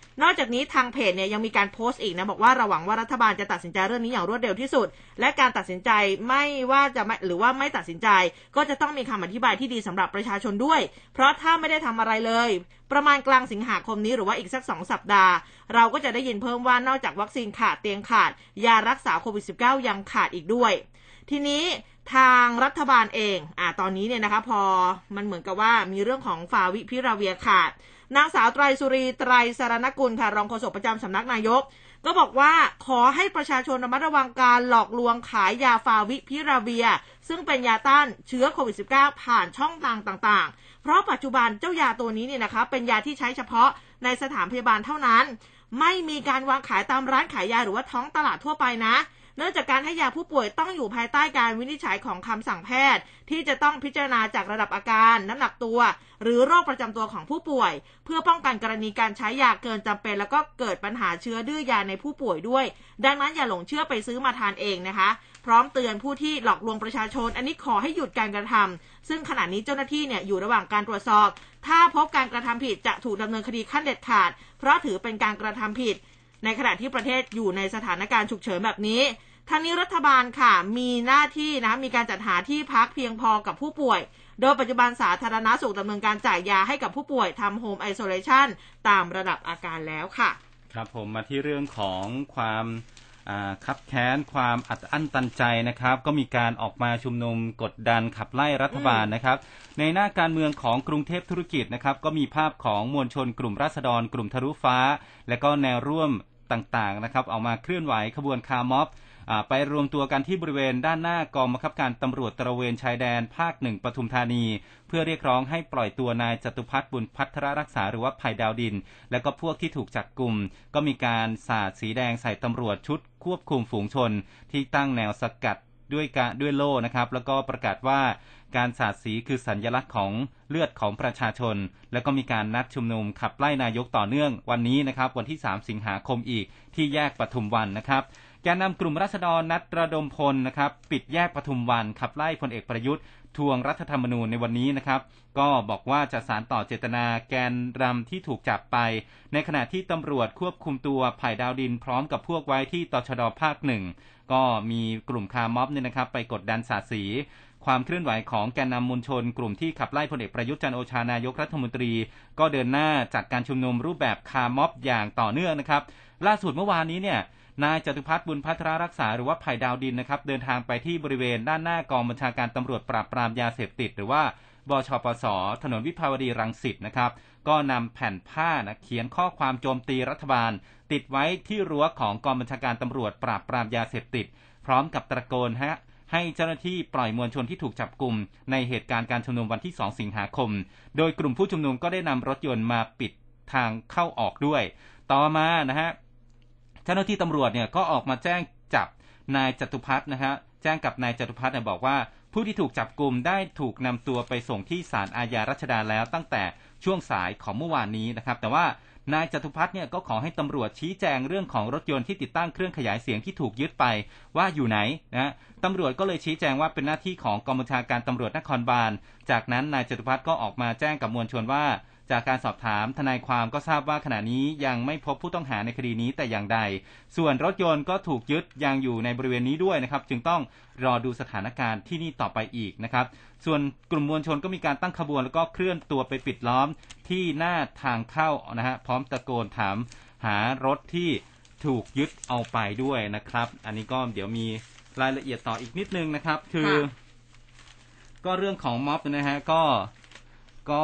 นอกจากนี้ทางเพจเนี่ยยังมีการโพสต์อีกนะบอกว่าเราหวังว่ารัฐบาลจะตัดสินใจเรื่องนี้อย่างรวดเร็วที่สุดและการตัดสินใจไม่ว่าจะไม่หรือว่าไม่ตัดสินใจก็จะต้องมีคำอธิบายที่ดีสำหรับประชาชนด้วยเพราะถ้าไม่ได้ทำอะไรเลยประมาณกลางสิงหาคมนี้หรือว่าอีกสักสองสัปดาห์เราก็จะได้ยินเพิ่มว่านอกจากวัคซีนขาดเตียงขาดยารักษาโควิด สิบเก้า ยังขาดอีกด้วยทีนี้ทางรัฐบาลเองอ่ะตอนนี้เนี่ยนะคะพอมันเหมือนกับว่ามีเรื่องของฟาวิพิราเวียขาดนางสาวไตรสุรีไตรสรณกุลค่ะรองโฆษกประจำสำนักนายกก็บอกว่าขอให้ประชาชนระมัดระวังการหลอกลวงขายยาฟาวิพิราเวียซึ่งเป็นยาต้านเชื้อโควิด สิบเก้า ผ่านช่องทางต่างๆเพราะปัจจุบันเจ้ายาตัวนี้เนี่ยนะคะเป็นยาที่ใช้เฉพาะในสถานพยาบาลเท่านั้นไม่มีการวางขายตามร้านขายยาหรือว่าท้องตลาดทั่วไปนะเนื่องจากการให้ยาผู้ป่วยต้องอยู่ภายใต้การวินิจฉัยของคำสั่งแพทย์ที่จะต้องพิจารณาจากระดับอาการน้ำหนักตัวหรือโรคประจำตัวของผู้ป่วยเพื่อป้องกันกรณีการใช้ยาเกินจำเป็นแล้วก็เกิดปัญหาเชื้อดื้อยาในผู้ป่วยด้วยดังนั้นอย่าหลงเชื่อไปซื้อมาทานเองนะคะพร้อมเตือนผู้ที่หลอกลวงประชาชนอันนี้ขอให้หยุดการกระทำซึ่งขณะนี้เจ้าหน้าที่เนี่ยอยู่ระหว่างการตรวจสอบถ้าพบการกระทำผิดจะถูกดำเนินคดีขั้นเด็ดขาดเพราะถือเป็นการกระทำผิดในขณะที่ประเทศอยู่ในสถานการณ์ฉุกเฉินแบบนี้ทางนี้รัฐบาลค่ะมีหน้าที่นะมีการจัดหาที่พักเพียงพอกับผู้ป่วยโดยปัจจุบันสาธารณสุขดำเนินการจ่ายยาให้กับผู้ป่วยทำโฮมไอโซเลชันตามระดับอาการแล้วค่ะครับผมมาที่เรื่องของความคับแค้นความอัดอั้นตันใจนะครับก็มีการออกมาชุมนุมกดดันขับไล่รัฐบาลนะครับในหน้าการเมืองของกรุงเทพธุรกิจนะครับก็มีภาพของมวลชนกลุ่มราษฎรกลุ่มทะลุฟ้าและก็แนวร่วมต่างๆนะครับออกมาเคลื่อนไหวขบวนคาร์ม็อบไปรวมตัวกันที่บริเวณด้านหน้ากองบังคับการตำรวจตระเวนชายแดนภาคหนึ่งปทุมธานีเพื่อเรียกร้องให้ปล่อยตัวนายจตุพัฒน์บุญพัฒรรักษาหรือว่าไผ่ดาวดินและก็พวกที่ถูกจับกุมก็มีการสาดสีแดงใส่ตำรวจชุดควบคุมฝูงชนที่ตั้งแนวสกัดด้วยการด้วยโล่นะครับแล้วก็ประกาศว่าการสาดสีคือสัญลักษณ์ของเลือดของประชาชนแล้วก็มีการนัดชุมนุมขับไล่นายกต่อเนื่องวันนี้นะครับวันที่สามสิงหาคมอีกที่แยกปทุมวันนะครับแกนนำกลุ่มราษฎรนัดระดมพลนะครับปิดแยกปทุมวันขับไล่พลเอกประยุทธ์ทวงรัฐธรรมนูญในวันนี้นะครับก็บอกว่าจะสานต่อเจตนาแกนนำที่ถูกจับไปในขณะที่ตำรวจควบคุมตัวไผ่ดาวดินพร้อมกับพวกไว้ที่ตชด.ภาคหนึ่งก็มีกลุ่มคาร์ม็อบเนี่ยนะครับไปกดดันสาดสีความเคลื่อนไหวของแกนนำมวลชนกลุ่มที่ขับไล่พลเอกประยุทธ์จันทร์โอชานายกรัฐมนตรีก็เดินหน้าจัดการชุมนุมรูปแบบคาร์ม็อบอย่างต่อเนื่องนะครับล่าสุดเมื่อวานนี้เนี่ยนายจตุพัฒน์บุญพัฒรรักษาหรือว่าไผ่ดาวดินนะครับเดินทางไปที่บริเวณด้านหน้ากองบัญชาการตำรวจปราบปรามยาเสพติดหรือว่าบชปส.ถนนวิภาวดีรังสิตนะครับก็นำแผ่นผ้านะเขียนข้อความโจมตีรัฐบาลติดไว้ที่รั้วของกองบัญชาการตำรวจปราบปรามยาเสพติดพร้อมกับตะโกนฮะให้เจ้าหน้าที่ปล่อยมวลชนที่ถูกจับกุมในเหตุการณ์การชุมนุมวันที่สองสิงหาคมโดยกลุ่มผู้ชุมนุมก็ได้นำรถยนต์มาปิดทางเข้าออกด้วยต่อมานะฮะเจ้าหน้าที่ตำรวจเนี่ยก็ออกมาแจ้งจับนายจตุพัฒน์นะฮะแจ้งกับนายจตุพัฒน์เนี่ยบอกว่าผู้ที่ถูกจับกุมได้ถูกนำตัวไปส่งที่ศาลอาญารัชดาแล้วตั้งแต่ช่วงสายของเมื่อวานนี้นะครับแต่ว่านายจตุพัฒน์เนี่ยก็ขอให้ตำรวจชี้แจงเรื่องของรถยนต์ที่ติดตั้งเครื่องขยายเสียงที่ถูกยึดไปว่าอยู่ไหนนะตำรวจก็เลยชี้แจงว่าเป็นหน้าที่ของกองบัญชาการตำรวจนครบาลจากนั้นนายจตุพัฒน์ก็ออกมาแจ้งกับมวลชนว่าจากการสอบถามทนายความก็ทราบว่าขณะนี้ยังไม่พบผู้ต้องหาในคดีนี้แต่อย่างใดส่วนรถยนต์ก็ถูกยึดยังอยู่ในบริเวณนี้ด้วยนะครับจึงต้องรอดูสถานการณ์ที่นี่ต่อไปอีกนะครับส่วนกลุ่มมวลชนก็มีการตั้งขบวนแล้วก็เคลื่อนตัวไปปิดล้อมที่หน้าทางเข้านะฮะพร้อมตะโกนถามหารถที่ถูกยึดเอาไปด้วยนะครับอันนี้ก็เดี๋ยวมีรายละเอียดต่ออีกนิดนึงนะครับคือก็เรื่องของม็อบนะฮะก็ก็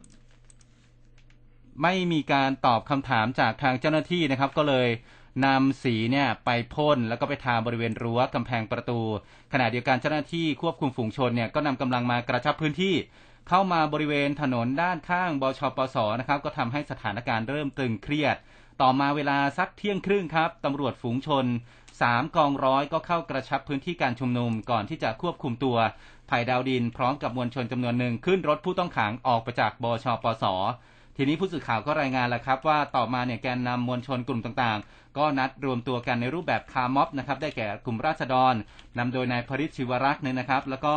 ไม่มีการตอบคำถามจากทางเจ้าหน้าที่นะครับก็เลยนำสีเนี่ยไปพ่นแล้วก็ไปทาบริเวณรั้วกำแพงประตูขณะเดียวกันเจ้าหน้าที่ควบคุมฝูงชนเนี่ยก็นำกำลังมากระชับพื้นที่เข้ามาบริเวณถนนด้านข้างบชปส.นะครับก็ทำให้สถานการณ์เริ่มตึงเครียดต่อมาเวลาสักเที่ยงครึ่งครับตำรวจฝูงชนสามกองร้อยก็เข้ากระชับพื้นที่การชุมนุมก่อนที่จะควบคุมตัวไผ่ดาวดินพร้อมกับมวลชนจำนวนหนึ่งขึ้นรถผู้ต้องขังออกไปจากบชปส.ทีนี้ผู้สื่อข่าวก็รายงานแล้วครับว่าต่อมาเนี่ยแกนนำมวลชนกลุ่มต่างๆก็นัดรวมตัวกันในรูปแบบคาร์ม็อบนะครับได้แก่กลุ่มราษฎรนำโดยนายพริช ชิวรักษ์เนี่ยนะครับแล้วก็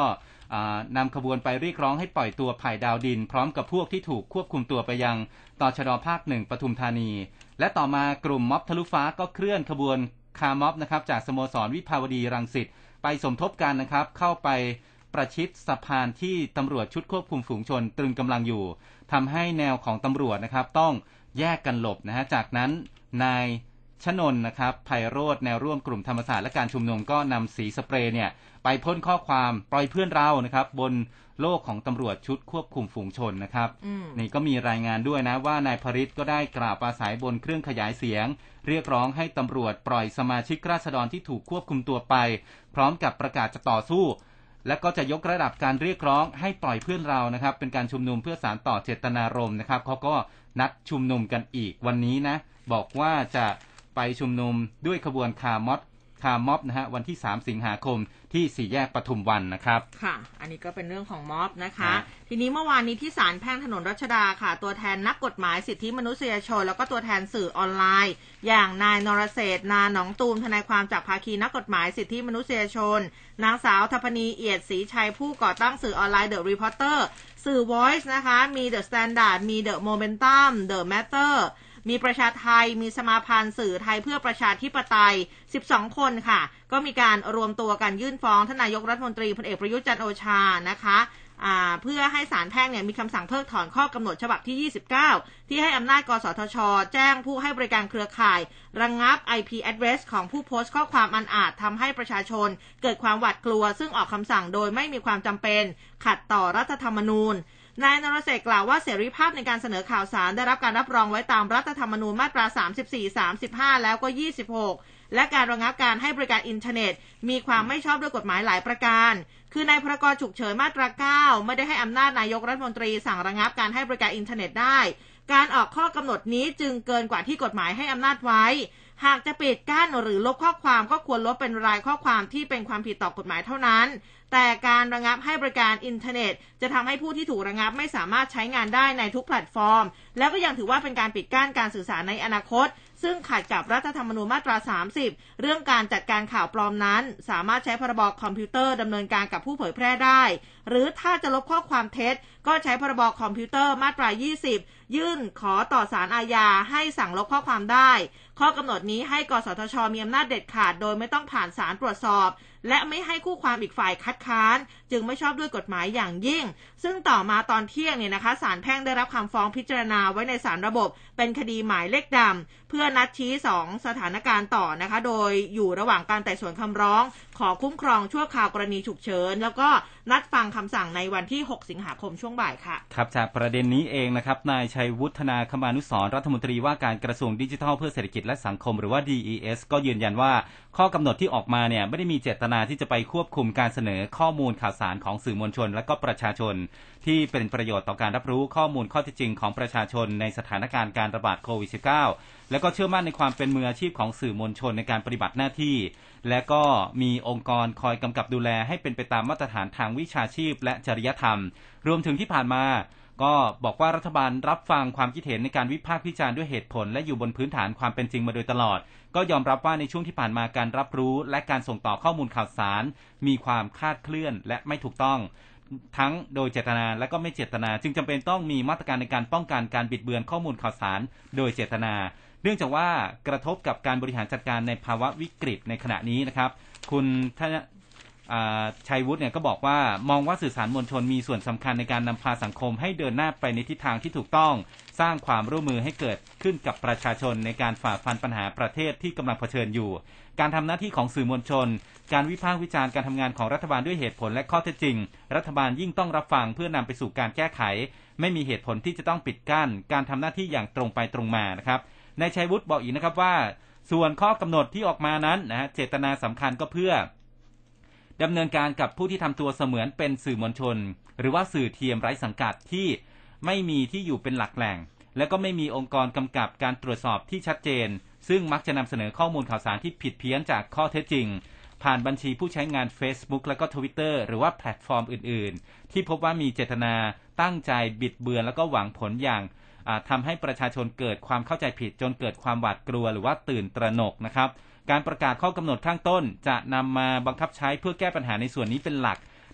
นำขบวนไปเรียกร้องให้ปล่อยตัวไผ่ดาวดินพร้อมกับพวกที่ถูกควบคุมตัวไปยังตชด.ภาคหนึ่งปทุมธานีและต่อมากลุ่มม็อบทะลุฟ้าก็เคลื่อนขบวนคาร์ม็อบนะครับจากสโมสรวิภาวดีรังสิตไปสมทบกันนะครับเข้าไปประชิดสะพานที่ตำรวจชุดควบคุมฝูงชนตรึงกำลังอยู่ทำให้แนวของตำรวจนะครับต้องแยกกันหลบนะฮะจากนั้นนายชนนนะครับไพโรจน์แนวร่วมกลุ่มธรรมศาสตร์และการชุมนุมก็นำสีสเปรย์เนี่ยไปพ่นข้อความปล่อยเพื่อนเรานะครับบนโลกของตำรวจชุดควบคุมฝูงชนนะครับนี่ก็มีรายงานด้วยนะว่านายพริตก็ได้กล่าวปราศัยบนเครื่องขยายเสียงเรียกร้องให้ตำรวจปล่อยสมาชิกราษฎรที่ถูกควบคุมตัวไปพร้อมกับประกาศจะต่อสู้และก็จะยกระดับการเรียกร้องให้ปล่อยเพื่อนเรานะครับเป็นการชุมนุมเพื่อสานต่อเจตนารมณ์นะครับเขาก็นัดชุมนุมกันอีกวันนี้นะบอกว่าจะไปชุมนุมด้วยขบวนคาร์ม็อบคาร์ม็อบนะฮะวันที่สามสิงหาคมที่สี่แยกปทุมวันนะครับค่ะอันนี้ก็เป็นเรื่องของม็อบนะคะทีนี้เมื่อวานนี้ที่ศาลแพ่งถนนรัชดาค่ะตัวแทนนักกฎหมายสิทธิมนุษยชนแล้วก็ตัวแทนสื่อออนไลน์อย่างนายนรเศรษฐ์นาหนองตูมทนายความจากภาคีนักกฎหมายสิทธิมนุษยชนนางสาวทัพนีเอียดศรีชัยผู้ก่อตั้งสื่อออนไลน์ The Reporter สื่อ Voice นะคะมี The Standard มี The Momentum The Matterมีประชาไทยมีสมาพันธ์สื่อไทยเพื่อประชาธิปไตยสิบสองคนค่ะก็มีการรวมตัวกันยื่นฟ้องท่านนายกรัฐมนตรีพลเอกประยุทธ์จันทร์โอชานะคะเพื่อให้ศาลแพ่งเนี่ยมีคำสั่งเพิกถอนข้อกำหนดฉบับที่ยี่สิบเก้าที่ให้อำนาจกสทช.แจ้งผู้ให้บริการเครือข่ายระงับ ไอ พี address ของผู้โพสต์ข้อความอันอาจทำให้ประชาชนเกิดความหวาดกลัวซึ่งออกคำสั่งโดยไม่มีความจำเป็นขัดต่อรัฐธรรมนูญนายนรเศรษฐ์กล่าวว่าเสรีภาพในการเสนอข่าวสารได้รับการรับรองไว้ตามรัฐธรรมนูญมาตราสามสิบสี่ สามสิบห้าแล้วก็ยี่สิบหกและการระงับการให้บริการอินเทอร์เน็ตมีความไม่ชอบด้วยกฎหมายหลายประการคือในพรกฉุกเฉินมาตราเก้าไม่ได้ให้อำนาจนายกรัฐมนตรีสั่งระงับการให้บริการอินเทอร์เน็ตได้การออกข้อกำหนดนี้จึงเกินกว่าที่กฎหมายให้อำนาจไว้หากจะปิดกั้นหรือลบข้อความก็ควรลบเป็นรายข้อความที่เป็นความผิดต่อกฎหมายเท่านั้นแต่การระงับให้บริการอินเทอร์เน็ตจะทำให้ผู้ที่ถูกระงับไม่สามารถใช้งานได้ในทุกแพลตฟอร์มแล้วก็ยังถือว่าเป็นการปิดกั้นการสื่อสารในอนาคตซึ่งขัดกับรัฐธรรมนูญมาตราสามสิบเรื่องการจัดการข่าวปลอมนั้นสามารถใช้พรบคอมพิวเตอร์ดำเนินการกับผู้เผยแพร่ได้หรือถ้าจะลบข้อความเท็จก็ใช้พรบคอมพิวเตอร์มาตรายี่สิบยื่นขอต่อศาลอาญาให้สั่งลบข้อความได้ข้อกำหนดนี้ให้กสทช.มีอำนาจเด็ดขาดโดยไม่ต้องผ่านศาลตรวจสอบและไม่ให้คู่ความอีกฝ่ายคัดค้านจึงไม่ชอบด้วยกฎหมายอย่างยิ่งซึ่งต่อมาตอนเที่ยงเนี่ยนะคะศาลแพ่งได้รับคำฟ้องพิจารณาไว้ในศาลระบบเป็นคดีหมายเลขดำเพื่อนัดชี้สองสถานการณ์ต่อนะคะโดยอยู่ระหว่างการไต่สวนคำร้องขอคุ้มครองชั่วคราวกรณีฉุกเฉินแล้วก็นัดฟังคำสั่งในวันที่หกสิงหาคมช่วงบ่ายค่ะครับจากประเด็นนี้เองนะครับนายชัยวุฒนาคมานุสรณ์รัฐมนตรีว่าการกระทรวงดิจิทัลเพื่อเศรษฐกิจและสังคมหรือว่า ดี อี เอส ก็ยืนยันว่าข้อกำหนดที่ออกมาเนี่ยไม่ได้มีเจตนาที่จะไปควบคุมการเสนอข้อมูลข่าวสารของสื่อมวลชนและก็ประชาชนที่เป็นประโยชน์ต่อการรับรู้ข้อมูลข้อเท็จจริงของประชาชนในสถานการณ์การระบาดโควิด สิบเก้า และก็เชื่อมั่นในความเป็นมืออาชีพของสื่อมวลชนในการปฏิบัติหน้าที่และก็มีองค์กรคอยกำกับดูแลให้เป็นไปตามมาตรฐานทางวิชาชีพและจริยธรรมรวมถึงที่ผ่านมาก็บอกว่ารัฐบาลรับฟังความคิดเห็นในการวิพากษ์วิจารณ์ด้วยเหตุผลและอยู่บนพื้นฐานความเป็นจริงมาโดยตลอดก็ยอมรับว่าในช่วงที่ผ่านมาการรับรู้และการส่งต่อข้อมูลข่าวสารมีความคลาดเคลื่อนและไม่ถูกต้องทั้งโดยเจตนาและก็ไม่เจตนาจึงจำเป็นต้องมีมาตรการในการป้องกันการบิดเบือนข้อมูลข่าวสารโดยเจตนาเนื่องจากว่ากระทบกับการบริหารจัดการในภาวะวิกฤตในขณะนี้นะครับคุณชัยวุฒิเนี่ยก็บอกว่ามองว่าสื่อสารมวลชนมีส่วนสำคัญในการนำพาสังคมให้เดินหน้าไปในทิศทางที่ถูกต้องสร้างความร่วมมือให้เกิดขึ้นกับประชาชนในการฝ่าฟันปัญหาประเทศที่กำลังเผชิญอยู่การทำหน้าที่ของสื่อมวลชนการวิพากษ์วิจารณ์การทำงานของรัฐบาลด้วยเหตุผลและข้อเท็จจริงรัฐบาลยิ่งต้องรับฟังเพื่อนำไปสู่การแก้ไขไม่มีเหตุผลที่จะต้องปิดกั้นการทำหน้าที่อย่างตรงไปตรงมานะครับนายชัยวุฒิบอกอีกนะครับว่าส่วนข้อกำหนดที่ออกมานั้นนะเจตนาสำคัญก็เพื่อดำเนินการกับผู้ที่ทำตัวเสมือนเป็นสื่อมวลชนหรือว่าสื่อเทียมไร้สังกัดที่ไม่มีที่อยู่เป็นหลักแหล่งและก็ไม่มีองค์กรกำกับการตรวจสอบที่ชัดเจนซึ่งมักจะนำเสนอข้อมูลข่าวสารที่ผิดเพี้ยนจากข้อเท็จจริงผ่านบัญชีผู้ใช้งาน Facebook และก็ Twitter หรือว่าแพลตฟอร์มอื่นๆที่พบว่ามีเจตนาตั้งใจบิดเบือนแล้วก็หวังผลอย่างทำให้ประชาชนเกิดความเข้าใจผิดจนเกิดความหวาดกลัวหรือว่าตื่นตระหนกนะครับการประกาศข้อกำหนดข้างต้นจะนำมาบังคับใช้เพื่อแก้ปัญหาในส่วนนี้เป็นหลัก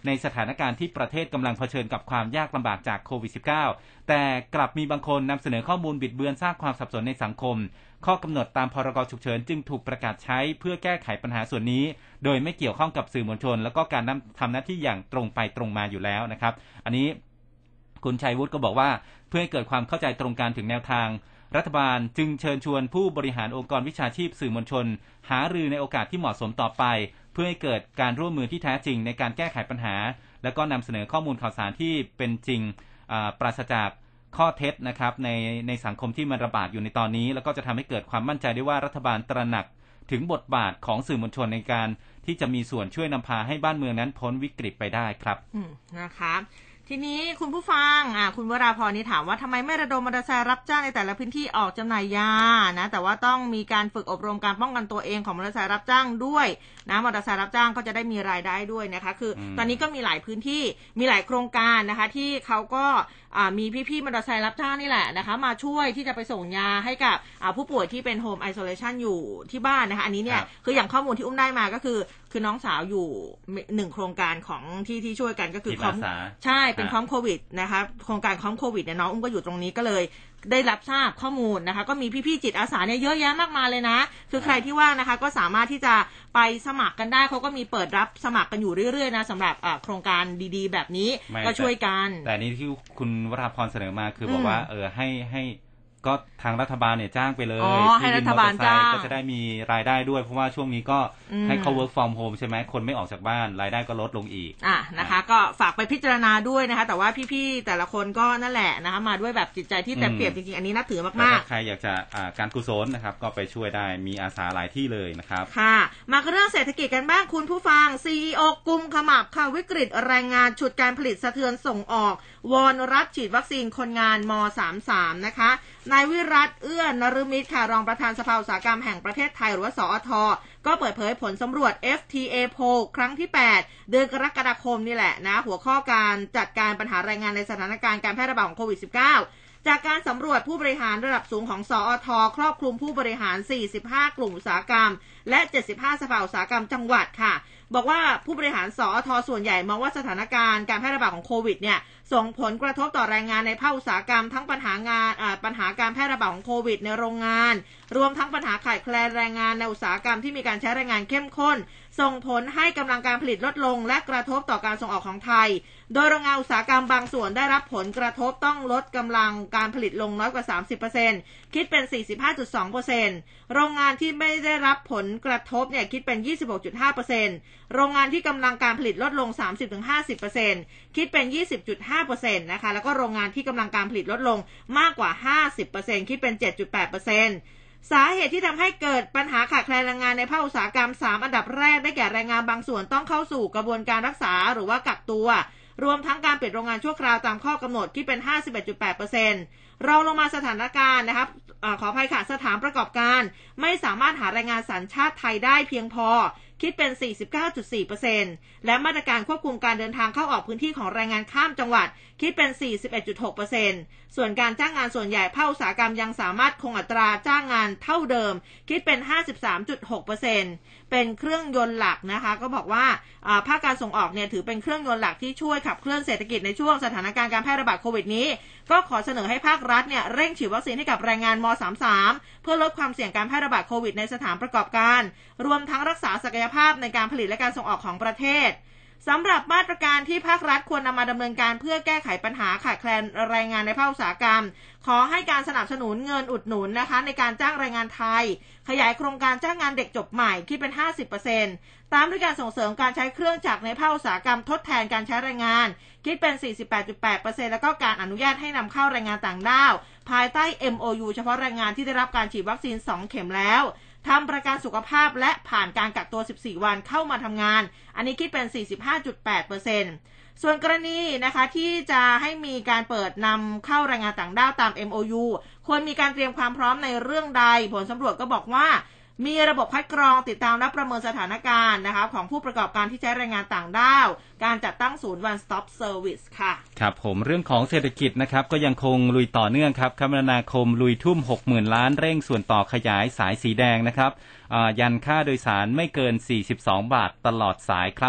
ในสถานการณ์ที่ประเทศกำลังเผชิญกับความยากลำบากจากโควิด สิบเก้า แต่กลับมีบางคนนำเสนอข้อมูลบิดเบือนสร้างความสับสนในสังคมข้อกำหนดตามพรกฉุกเฉินจึงถูกประกาศใช้เพื่อแก้ไขปัญหาส่วนนี้โดยไม่เกี่ยวข้องกับสื่อมวลชนแล้วก็การทำหน้าที่อย่างตรงไปตรงมาอยู่แล้วนะครับอันนี้คุณชัยวุฒิก็บอกว่าเพื่อให้เกิดความเข้าใจตรงกันถึงแนวทางรัฐบาลจึงเชิญชวนผู้บริหารองค์กรวิชาชีพสื่อมวลชนหารือในโอกาสที่เหมาะสมต่อไปเพื่อให้เกิดการร่วมมือที่แท้จริงในการแก้ไขปัญหาและก็นำเสนอข้อมูลข่าวสารที่เป็นจริงปราศจากข้อเท็จนะครับในในสังคมที่มันระบาดอยู่ในตอนนี้แล้วก็จะทำให้เกิดความมั่นใจได้ว่ารัฐบาลตระหนักถึงบทบาทของสื่อมวลชนในการที่จะมีส่วนช่วยนำพาให้บ้านเมืองนั้นพ้นวิกฤตไปได้ครับอืมนะคะทีนี้คุณผู้ฟังอ่าคุณวราพรนี่ถามว่าทำไมไม่ระดมมอเตอร์ไซค์รับจ้างในแต่ละพื้นที่ออกจำหน่ายยานะแต่ว่าต้องมีการฝึกอบรมการป้องกันตัวเองของมอเตอร์ไซค์รับจ้างด้วยนะมอเตอร์ไซค์รับจ้างก็จะได้มีรายได้ด้วยนะคะคือตอนนี้ก็มีหลายพื้นที่มีหลายโครงการนะคะที่เขาก็มีพี่ๆมอเตอร์ไซค์รับจ้างนี่แหละนะคะมาช่วยที่จะไปส่งยาให้กับผู้ป่วยที่เป็นโฮมไอโซเลชันอยู่ที่บ้านนะคะอันนี้เนี่ยคืออย่างข้อมูลที่อุ้มได้มาก็คือคือน้องสาวอยู่หนึ่งโครงการของที่ที่ช่วยกันก็คือคอมใช่เป็นคอมโควิดนะคะโครงการคอมโควิดเนี่ยน้องอุ้มก็อยู่ตรงนี้ก็เลยได้รับทราบข้อมูลนะคะก็มีพี่ๆจิตอาสาเนี่ยเยอะแยะมากมายเลยนะคือใครที่ว่างนะคะก็สามารถที่จะไปสมัครกันได้เขาก็มีเปิดรับสมัครกันอยู่เรื่อยๆนะสำหรับโครงการดีๆแบบนี้ก็ช่วยกันแต่นี้ที่คุณวราพรเสนอมาคือบอกว่าเออให้ให้ก็ทางรัฐบาลเนี่ยจ้างไปเลยให้รัฐบาลจ้างก็จะได้มีรายได้ด้วยเพราะว่าช่วงนี้ก็ให้เขา work from home ใช่ไหมคนไม่ออกจากบ้านรายได้ก็ลดลงอีกอ่ะนะคะก็ฝากไปพิจารณาด้วยนะคะแต่ว่าพี่ๆแต่ละคนก็นั่นแหละนะคะมาด้วยแบบจิตใจที่เต็มเปี่ยมจริงๆอันนี้นับถือมากๆใครอยากจะการกุศลนะครับก็ไปช่วยได้มีอาสาหลายที่เลยนะครับค่ะมาเรื่องเศรษฐกิจกันบ้างคุณผู้ฟัง ซี อี โอ กุมขมับค่ะวิกฤตแรงงานฉุดการผลิตสะเทือนส่งออกวอนรับฉีดวัคซีนคนงานม สามสิบสาม นะคะนายวิรัตเอื้อนฤมิตค่ะรองประธานสภาอุตสาหกรรมแห่งประเทศไทยหรือว่าสอท.ก็เปิดเผยผลสำรวจ เอฟ ที เอ Poll ครั้งที่แปดเดือนกรกฎาคมนี่แหละนะหัวข้อการจัดการปัญหาแรงงานในสถานการณ์การแพร่ระบาดของโควิด สิบเก้า จากการสำรวจผู้บริหารระดับสูงของสอท.ครอบคลุมผู้บริหารสี่สิบห้ากลุ่มอุตสาหกรรมและเจ็ดสิบห้าสภาอุตสาหกรรมจังหวัดค่ะบอกว่าผู้บริหารสอท.ส่วนใหญ่มองว่าสถานการณ์การแพร่ระบาดของโควิดเนี่ยส่งผลกระทบต่อแรงงานในภาคอุตสาหกรรมทั้งปัญหางานปัญหาการแพร่ระบาดของโควิดในโรงงานรวมทั้งปัญหาขาดแคลนแรงงานในอุตสาหกรรมที่มีการใช้แรงงานเข้มข้นส่งผลให้กำลังการผลิตลดลงและกระทบต่อการส่งออกของไทยโดยโรงงานอุตสาหกรรมบางส่วนได้รับผลกระทบต้องลดกำลังการผลิตลงน้อยกว่า สามสิบเปอร์เซ็นต์ คิดเป็น สี่สิบห้าจุดสองเปอร์เซ็นต์ โรงงานที่ไม่ได้รับผลกระทบเนี่ยคิดเป็น ยี่สิบหกจุดห้าเปอร์เซ็นต์ โรงงานที่กำลังการผลิตลดลง สามสิบถึงห้าสิบเปอร์เซ็นต์ คิดเป็น ยี่สิบจุดห้าเปอร์เซ็นต์ นะคะแล้วก็โรงงานที่กำลังการผลิตลดลงมากกว่า ห้าสิบเปอร์เซ็นต์ คิดเป็น เจ็ดจุดแปดเปอร์เซ็นต์สาเหตุที่ทำให้เกิดปัญหาขาดแคลนแรงงานในภาคอุตสาหกรรมสามอันดับแรกได้แก่แรงงานบางส่วนต้องเข้าสู่กระบวนการรักษาหรือว่ากักตัวรวมทั้งการปิดโรงงานชั่วคราวตามข้อกำหนดที่เป็น ห้าสิบเอ็ดจุดแปดเปอร์เซ็นต์ รองลงมาสถานการณ์นะครับอขออภัยค่ะสถานประกอบการไม่สามารถหาแรงงานสัญชาติไทยได้เพียงพอคิดเป็น สี่สิบเก้าจุดสี่เปอร์เซ็นต์ และมาตรการควบคุมการเดินทางเข้าออกพื้นที่ของแรงงานข้ามจังหวัดคิดเป็น สี่สิบเอ็ดจุดหกเปอร์เซ็นต์ ส่วนการจ้างงานส่วนใหญ่ภาคอุตสาหกรรมยังสามารถคงอัตราจ้างงานเท่าเดิมคิดเป็น ห้าสิบสามจุดหกเปอร์เซ็นต์ เป็นเครื่องยนต์หลักนะคะก็บอกว่าภาคการส่งออกเนี่ยถือเป็นเครื่องยนต์หลักที่ช่วยขับเคลื่อนเศรษฐกิจในช่วงสถานการณ์การแพร่ระบาดโควิดนี้ก็ขอเสนอให้ภาครัฐเนี่ยเร่งฉีดวัคซีนให้กับแรงงานม สามสิบสาม เพื่อลดความเสี่ยงการแพร่ระบาดโควิดในสถานประกอบการรวมทั้งรักษาศักยภาพในการผลิตและการส่งออกของประเทศสำหรับมาตรการที่ภาครัฐควรนำมาดำเนินการเพื่อแก้ไขปัญหาขาดแคลนแรงงานในภาคอุตสาหกรรมขอให้การสนับสนุนเงินอุดหนุนนะคะในการจ้างแรงงานไทยขยายโครงการจ้างงานเด็กจบใหม่คิดเป็น ห้าสิบเปอร์เซ็นต์ ตามด้วยการส่งเสริมการใช้เครื่องจักรในภาคอุตสาหกรรมทดแทนการใช้แรงงานคิดเป็น สี่สิบแปดจุดแปดเปอร์เซ็นต์ แล้วก็การอนุญาตให้นำเข้าแรงงานต่างด้าวภายใต้ เอ็ม โอ ยู เฉพาะแรงงานที่ได้รับการฉีดวัคซีนสองเข็มแล้วทำประกันสุขภาพและผ่านการกักตัวสิบสี่วันเข้ามาทำงานอันนี้คิดเป็น สี่สิบห้าจุดแปดเปอร์เซ็นต์ ส่วนกรณีนะคะที่จะให้มีการเปิดนำเข้าแรงงานต่างด้าวตาม เอ็ม โอ ยู ควรมีการเตรียมความพร้อมในเรื่องใดผลสำรวจก็บอกว่ามีระบบคัดกรองติดตามและประเมินสถานการณ์นะคะของผู้ประกอบการที่ใช้แรงงานต่างด้าวการจัดตั้งศูนย์ One Stop Service ค่ะครับผมเรื่องของเศรษฐกิจนะครับก็ยังคงลุยต่อเนื่องครับคมนาคมลุยทุ่ม หกหมื่น ล้านเร่งส่วนต่อขยายสายสีแดงนะครับยันค่าโดยสารไม่เกินสี่สิบสองบาทตลอดสายครับ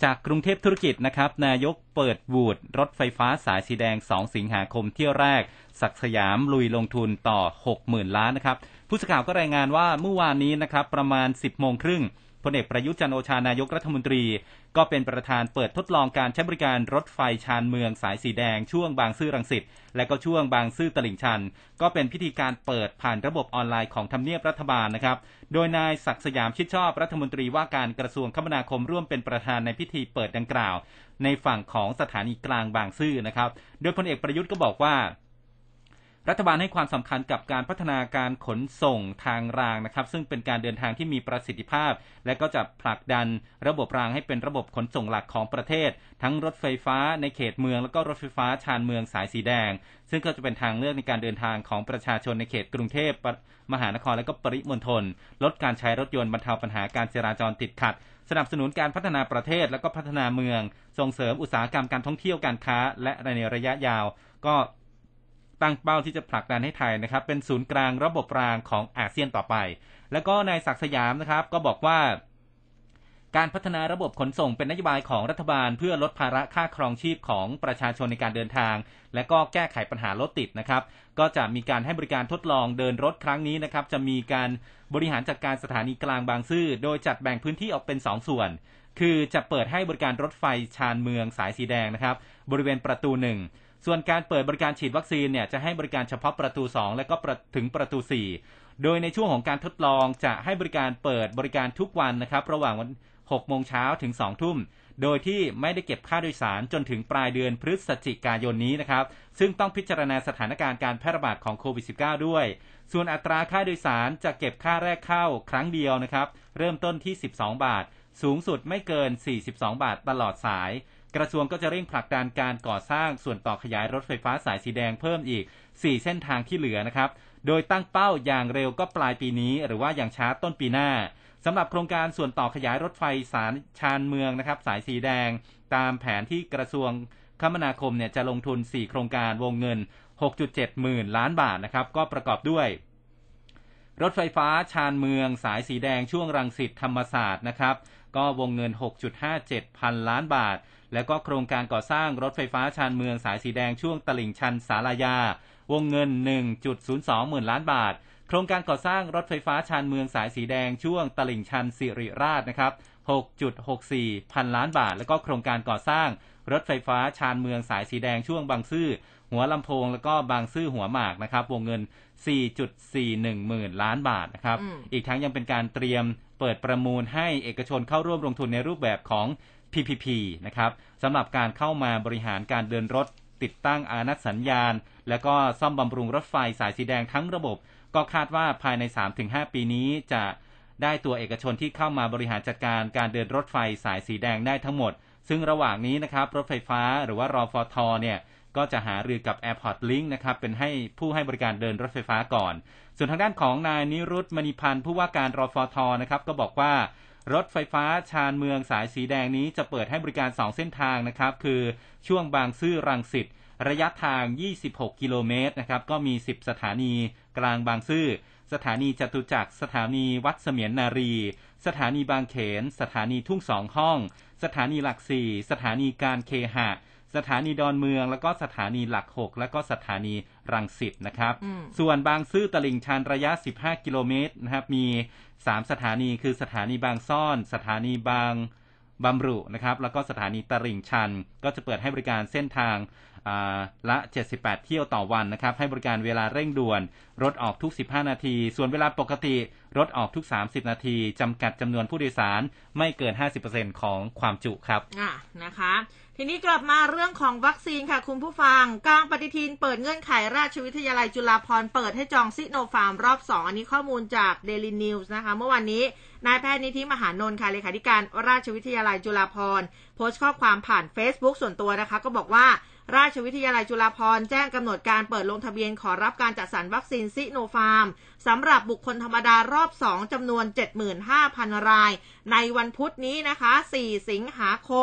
จากกรุงเทพธุรกิจนะครับนายกเปิดบูธรถไฟฟ้าสายสีแดงสองสิงหาคมเที่ยวแรกศักดิ์สยามลุยลงทุนต่อ หกหมื่น ล้านนะครับผู้สื่อข่าวก็รายงานว่าเมื่อวานนี้นะครับประมาณ สิบโมงครึ่งพลเอกประยุทธ์จันทร์โอชานายกรัฐมนตรีก็เป็นประธานเปิดทดลองการใช้บริการรถไฟชานเมืองสายสีแดงช่วงบางซื่อรังสิตและก็ช่วงบางซื่อตลิ่งชันก็เป็นพิธีการเปิดผ่านระบบออนไลน์ของทำเนียบรัฐบาลนะครับโดยนายศักดิ์สยามชิดชอบรัฐมนตรีว่าการกระทรวงคมนาคมร่วมเป็นประธานในพิธีเปิดดังกล่าวในฝั่งของสถานีกลางบางซื่อนะครับโดยพลเอกประยุทธ์ก็บอกว่ารัฐบาลให้ความสำคัญกับการพัฒนาการขนส่งทางรางนะครับซึ่งเป็นการเดินทางที่มีประสิทธิภาพและก็จะผลักดันระบบรางให้เป็นระบบขนส่งหลักของประเทศทั้งรถไฟฟ้าในเขตเมืองแล้วก็รถไฟฟ้าชานเมืองสายสีแดงซึ่งก็จะเป็นทางเลือกในการเดินทางของประชาชนในเขตกรุงเทพมหานครและก็ปริมณฑลลดการใช้รถยนต์บรรเทาปัญหาการจราจรติดขัดสนับสนุนการพัฒนาประเทศและก็พัฒนาเมืองส่งเสริมอุตสาหกรรมการท่องเที่ยวการค้าและในระยะยาวก็ตั้งเป้าที่จะผลักดันให้ไทยนะครับเป็นศูนย์กลางระบบรางของอาเซียนต่อไปแล้วก็นายศักดิ์สยามนะครับก็บอกว่าการพัฒนาระบบขนส่งเป็นนโยบายของรัฐบาลเพื่อลดภาระค่าครองชีพของประชาชนในการเดินทางและก็แก้ไขปัญหารถติดนะครับก็จะมีการให้บริการทดลองเดินรถครั้งนี้นะครับจะมีการบริหารจัดการสถานีกลางบางซื่อโดยจัดแบ่งพื้นที่ออกเป็นสองส่วนคือจะเปิดให้บริการรถไฟชานเมืองสายสีแดงนะครับบริเวณประตูหนึ่งส่วนการเปิดบริการฉีดวัคซีนเนี่ยจะให้บริการเฉพาะประตูสองและก็ถึงประตูสี่โดยในช่วงของการทดลองจะให้บริการเปิดบริการทุกวันนะครับระหว่างวันหกโมงเช้าถึงสองทุ่มโดยที่ไม่ได้เก็บค่าโดยสารจนถึงปลายเดือนพฤศจิกายนนี้นะครับซึ่งต้องพิจารณาสถานการณ์การแพร่ระบาดของโควิด สิบเก้า ด้วยส่วนอัตราค่าโดยสารจะเก็บค่าแรกเข้าครั้งเดียวนะครับเริ่มต้นที่สิบสองบาทสูงสุดไม่เกินสี่สิบสองบาทตลอดสายกระทรวงก็จะเร่งผลักดันการก่อสร้างส่วนต่อขยายรถไฟฟ้าสายสีแดงเพิ่มอีกสี่เส้นทางที่เหลือนะครับโดยตั้งเป้าอย่างเร็วก็ปลายปีนี้หรือว่าอย่างช้าต้นปีหน้าสำหรับโครงการส่วนต่อขยายรถไฟสายชานเมืองนะครับสายสีแดงตามแผนที่กระทรวงคมนาคมเนี่ยจะลงทุนสี่โครงการวงเงิน หกจุดเจ็ด หมื่นล้านบาทนะครับก็ประกอบด้วยรถไฟฟ้าชานเมืองสายสีแดงช่วงรังสิตธรรมศาสตร์นะครับก็วงเงิน หกจุดห้าเจ็ด พันล้านบาทแล้วก็โครงการก่อสร้างรถไฟฟ้าชานเมืองสายสีแดงช่วงตลิ่งชันศาลายาวงเงิน หนึ่งจุดศูนย์สอง หมื่นล้านบาทโครงการก่อสร้างรถไฟฟ้าชานเมืองสายสีแดงช่วงตลิ่งชันสิริราชนะครับ หกจุดหกสี่ พันล้านบาทแล้วก็โครงการก่อสร้างรถไฟฟ้าชานเมืองสายสีแดงช่วงบางซื่อหัวลำโพงแล้วก็บางซื่อหัวหมากนะครับวงเงิน สี่จุดสี่หนึ่ง หมื่นล้านบาทนะครับ อ, อีกทั้งยังเป็นการเตรียมเปิดประมูลให้เอกชนเข้าร่วมลงทุนในรูปแบบของ พี พี พี นะครับสำหรับการเข้ามาบริหารการเดินรถติดตั้งอานัตสัญญาณและก็ซ่อมบำรุงรถไฟสายสีแดงทั้งระบบก็คาดว่าภายใน สามถึงห้า ปีนี้จะได้ตัวเอกชนที่เข้ามาบริหารจัดการการเดินรถไฟสายสีแดงได้ทั้งหมดซึ่งระหว่างนี้นะครับรถไฟฟ้าหรือว่ารฟท.เนี่ยก็จะหารือกับ Airport Link นะครับเป็นให้ผู้ให้บริการเดินรถไฟฟ้าก่อนส่วนทางด้านของนายนิรุตมณีพันธ์ผู้ว่าการรฟท.นะครับก็บอกว่ารถไฟฟ้าชานเมืองสายสีแดงนี้จะเปิดให้บริการสองเส้นทางนะครับคือช่วงบางซื่อรังสิตระยะทางยี่สิบหกกิโลเมตรนะครับก็มีสิบสถานีกลางบางซื่อสถานีจตุจักรสถานีวัดเสมียนนารีสถานีบางเขนสถานีทุ่งสองห้องสถานีหลักสี่สถานีการเคหะสถานีดอนเมืองแล้วก็สถานีหลักหกแล้วก็สถานีรังสิตนะครับส่วนบางซื่อตลิ่งชันระยะสิบห้ากิโลเมตรนะครับมีสามสถานีคือสถานีบางซ่อนสถานีบางบำรุนะครับแล้วก็สถานีตลิ่งชันก็จะเปิดให้บริการเส้นทางละเจ็ดสิบแปดเที่ยวต่อวันนะครับให้บริการเวลาเร่งด่วนรถออกทุกสิบห้านาทีส่วนเวลาปกติรถออกทุกสามสิบนาทีจำกัดจำนวนผู้โดยสารไม่เกิน ห้าสิบเปอร์เซ็นต์ ของความจุครับอ่ะนะคะทีนี้กลับมาเรื่องของวัคซีนค่ะคุณผู้ฟังกลางปฏิทินเปิดเงื่อนไขราชวิทยาลัยจุฬาภรณ์เปิดให้จองซิโนฟาร์มรอบสองอันนี้ข้อมูลจาก Daily News นะคะเมื่อวานนี้นายแพทย์นิธิมหานนท์ค่ะเลขาธิการราชวิทยาลัยจุฬาภรณ์โพสต์ข้อความผ่าน Facebook ส่วนตัวนะคะก็บอกว่าราชวิทยาลัยจุฬาภรณ์แจ้งกำหนดการเปิดลงทะเบียนขอรับการจัดสรรวัคซีนซิโนฟาร์มสำหรับบุคคลธรรมดารอบสองจำนวน เจ็ดหมื่นห้าพัน รายในวันพุธนี้นะคะสี่สิงหาคม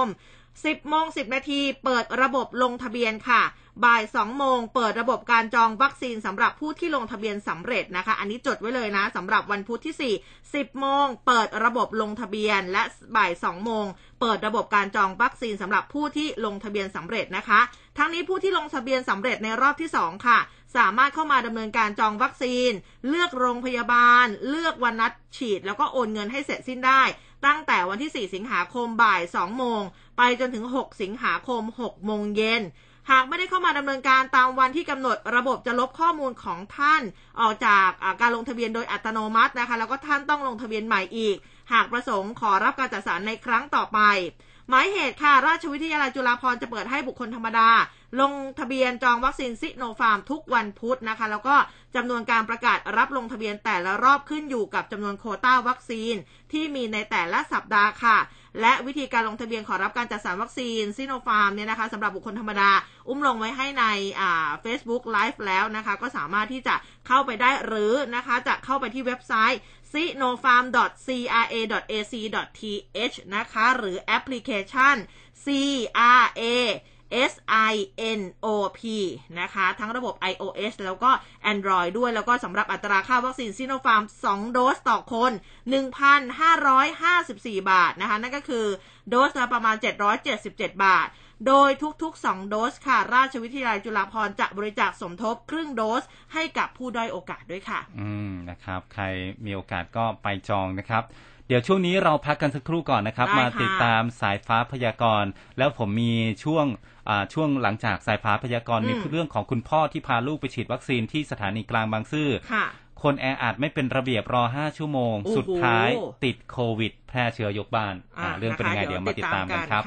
สิบโมงสิบนาทีเปิดระบบลงทะเบียนค่ะบ่ายสองโมงเปิดระบบการจองวัคซีนสำหรับผู้ที่ลงทะเบียนสำเร็จนะคะอันนี้จดไว้เลยนะสำหรับวันพุธที่สี่ สิบโมงเปิดระบบลงทะเบียนและบ่ายสองโมงเปิดระบบการจองวัคซีนสำหรับผู้ที่ลงทะเบียนสำเร็จนะคะทั้งนี้ผู้ที่ลงทะเบียนสำเร็จในรอบที่สองค่ะสามารถเข้ามาดำเนินการจองวัคซีนเลือกโรงพยาบาลเลือกวันนัดฉีดแล้วก็โอนเงินให้เสร็จสิ้นได้ตั้งแต่วันที่สี่สิงหาคมบ่ายสองโมงไปจนถึงหกสิงหาคมหกโมงเย็นหากไม่ได้เข้ามาดำเนินการตามวันที่กำหนดระบบจะลบข้อมูลของท่านออกจากการลงทะเบียนโดยอัตโนมัตินะคะแล้วก็ท่านต้องลงทะเบียนใหม่อีกหากประสงค์ขอรับการจัดสรรในครั้งต่อไปหมายเหตุค่ะราชวิทยาลัยจุฬาภรณ์จะเปิดให้บุคคลธรรมดาลงทะเบียนจองวัคซีนซิโนฟาร์มทุกวันพุธนะคะแล้วก็จำนวนการประกาศรับลงทะเบียนแต่ละรอบขึ้นอยู่กับจำนวนโควต้าวัคซีนที่มีในแต่ละสัปดาห์ค่ะและวิธีการลงทะเบียนขอรับการจัดสรรวัคซีนซิโนฟาร์มเนี่ยนะคะสำหรับบุคคลธรรมดาอุ้มลงไว้ให้ในอ่า Facebook Live แล้วนะคะก็สามารถที่จะเข้าไปได้หรือนะคะจะเข้าไปที่เว็บไซต์ ซีโนฟาร์ม ดอท ซี อาร์ เอ ดอท เอ ซี ดอท ที เอช นะคะหรือแอปพลิเคชัน ซี อาร์ เอ เอส ไอ เอ็น โอ พี นะคะทั้งระบบ iOS แล้วก็ Android ด้วยแล้วก็สำหรับอัตราค่าวัคซีนซิโนฟาร์มสองโดสต่อคน หนึ่งพันห้าร้อยห้าสิบสี่ บาทนะคะนั่นก็คือโดสละประมาณเจ็ดร้อยเจ็ดสิบเจ็ดบาทโดยทุกๆสองโดสค่ะราชวิทยาลัยจุฬาภรณ์จะบริจาคสมทบครึ่งโดสให้กับผู้ด้อยโอกาสด้วยค่ะอืมนะครับใครมีโอกาสก็ไปจองนะครับเดี๋ยวช่วงนี้เราพักกันสักครู่ก่อนนะครับมาติดตามสายฟ้าพยากรณ์แล้วผมมีช่วงช่วงหลังจากสายฟ้าพยากรณ์มีเรื่องของคุณพ่อที่พาลูกไปฉีดวัคซีนที่สถานีกลางบางซื่อคนแออัดไม่เป็นระเบียบรอห้าชั่วโมงสุดท้ายติดโควิดแพร่เชื้อยกบ้านเรื่องเป็นยังไงเดี๋ยวมาติดตามกันครับ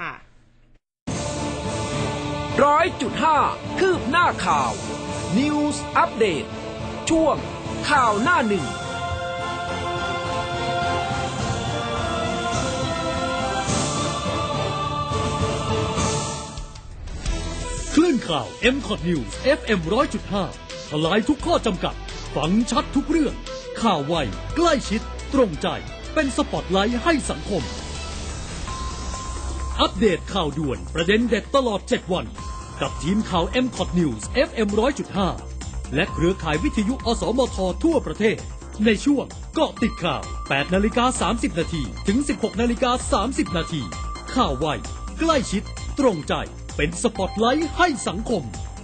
ร้อยจุดห้าคืบหน้าข่าว News Update ช่วงข่าวหน้าหนึ่งคลื่นข่าว เอ็ม คอท News เอฟ เอ็ม หนึ่งร้อยจุดห้า ทลายทุกข้อจำกัดฟังชัดทุกเรื่องข่าวไวใกล้ชิดตรงใจเป็นสปอตไลท์ให้สังคมอัปเดตข่าวด่วนประเด็นเด็ดตลอดเจ็ดวันกับทีมข่าว เอ็ม คอท News เอฟ เอ็ม หนึ่งร้อยจุดห้า และเครือข่ายวิทยุอสมททั่วประเทศในช่วงเกาะติดข่าว แปดนาฬิกาสามสิบนาทีถึง สิบหกนาฬิกาสามสิบนาทีข่าวไวใกล้ชิดตรงใจเป็นสปอตไลท์ให้สังคม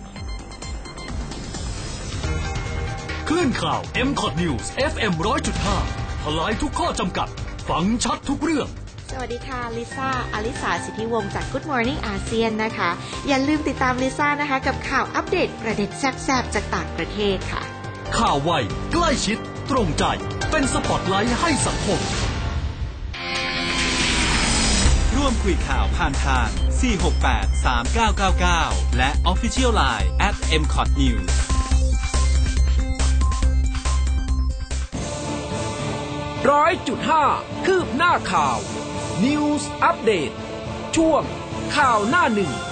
คลื่นข่าว เอ็ม คอท News เอฟ เอ็ม หนึ่งร้อยจุดห้า ทลายทุกข้อจำกัดฟังชัดทุกเรื่องสวัสดีค่ะลิซ่าอลิสาสิทธิวงศ์จาก Good Morning อาเซียนนะคะอย่าลืมติดตามลิซ่านะคะกับข่าวอัปเดตประเด็นแซ่บๆจากต่างประเทศค่ะข่าวไวใกล้ชิดตรงใจเป็นสปอตไลท์ให้สังคมร่วมคุยข่าวผ่านทาง สี่ หก แปด สาม เก้า เก้า เก้า และ Official ไลน์ แอท เอ็ม คอท นิวส์ร้อยจุดห้าคืบหน้าข่าว News Update ช่วงข่าวหน้าหนึ่ง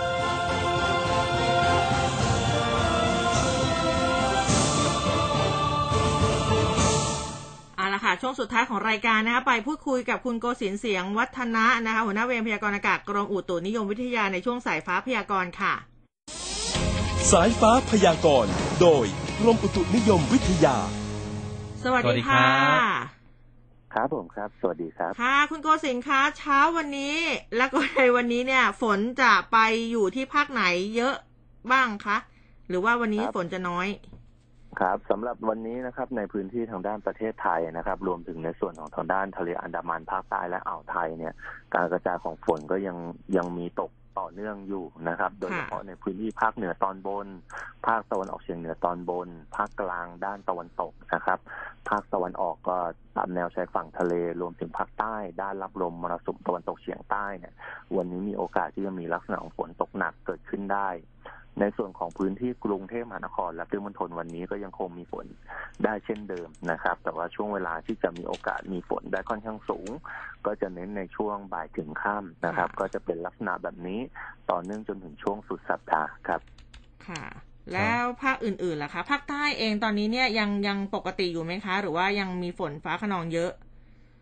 เอาละค่ะช่วงสุดท้ายของรายการนะคะไปพูดคุยกับคุณโกศินทร์เสียงวัฒนะนะคะหัวหน้าเวรพยากรณ์อากาศกรมอุตุนิยมวิทยาในช่วงสายฟ้าพยากรณ์ค่ะสายฟ้าพยากรณ์โดยกรมอุตุนิยมวิทยาสวัสดีค่ะครับผมครับสวัสดีครับค่ะคุณโกศินทร์คะเช้าวันนี้แล้วก็ในวันนี้เนี่ยฝนจะไปอยู่ที่ภาคไหนเยอะบ้างคะหรือว่าวันนี้ฝนจะน้อยครับสำหรับวันนี้นะครับในพื้นที่ทางด้านประเทศไทยนะครับรวมถึงในส่วนของทางด้านทะเลอันดามันภาคใต้และอ่าวไทยเนี่ยการกระจายของฝนก็ยังยังมีตกต่อเนื่องอยู่นะครับโดยเฉพาะในพื้นที่ภาคเหนือตอนบนภาคตะวันออกเฉียงเหนือตอนบนภาคกลางด้านตะวันตกนะครับภาคตะวันออกก็ตามแนวชายฝั่งทะเลรวมถึงภาคใต้ด้านรับลมมรสุมตะวันตกเฉียงใต้เนี่ยวันนี้มีโอกาสที่จะมีลักษณะของฝนตกหนักเกิดขึ้นได้ในส่วนของพื้นที่กรุงเทพมหานครและปริมณฑลวันนี้ก็ยังคงมีฝนได้เช่นเดิมนะครับแต่ว่าช่วงเวลาที่จะมีโอกาสมีฝนได้ค่อนข้างสูงก็จะเน้นในช่วงบ่ายถึงค่ำนะครับก็จะเป็นลักษณะแบบนี้ต่อเนื่องจนถึงช่วงสุดสัปดาห์ครับค่ะแล้วภาคอื่นๆล่ะคะภาคใต้เองตอนนี้เนี่ยยังยังปกติอยู่ไหมคะหรือว่ายังมีฝนฟ้าคะนองเยอะ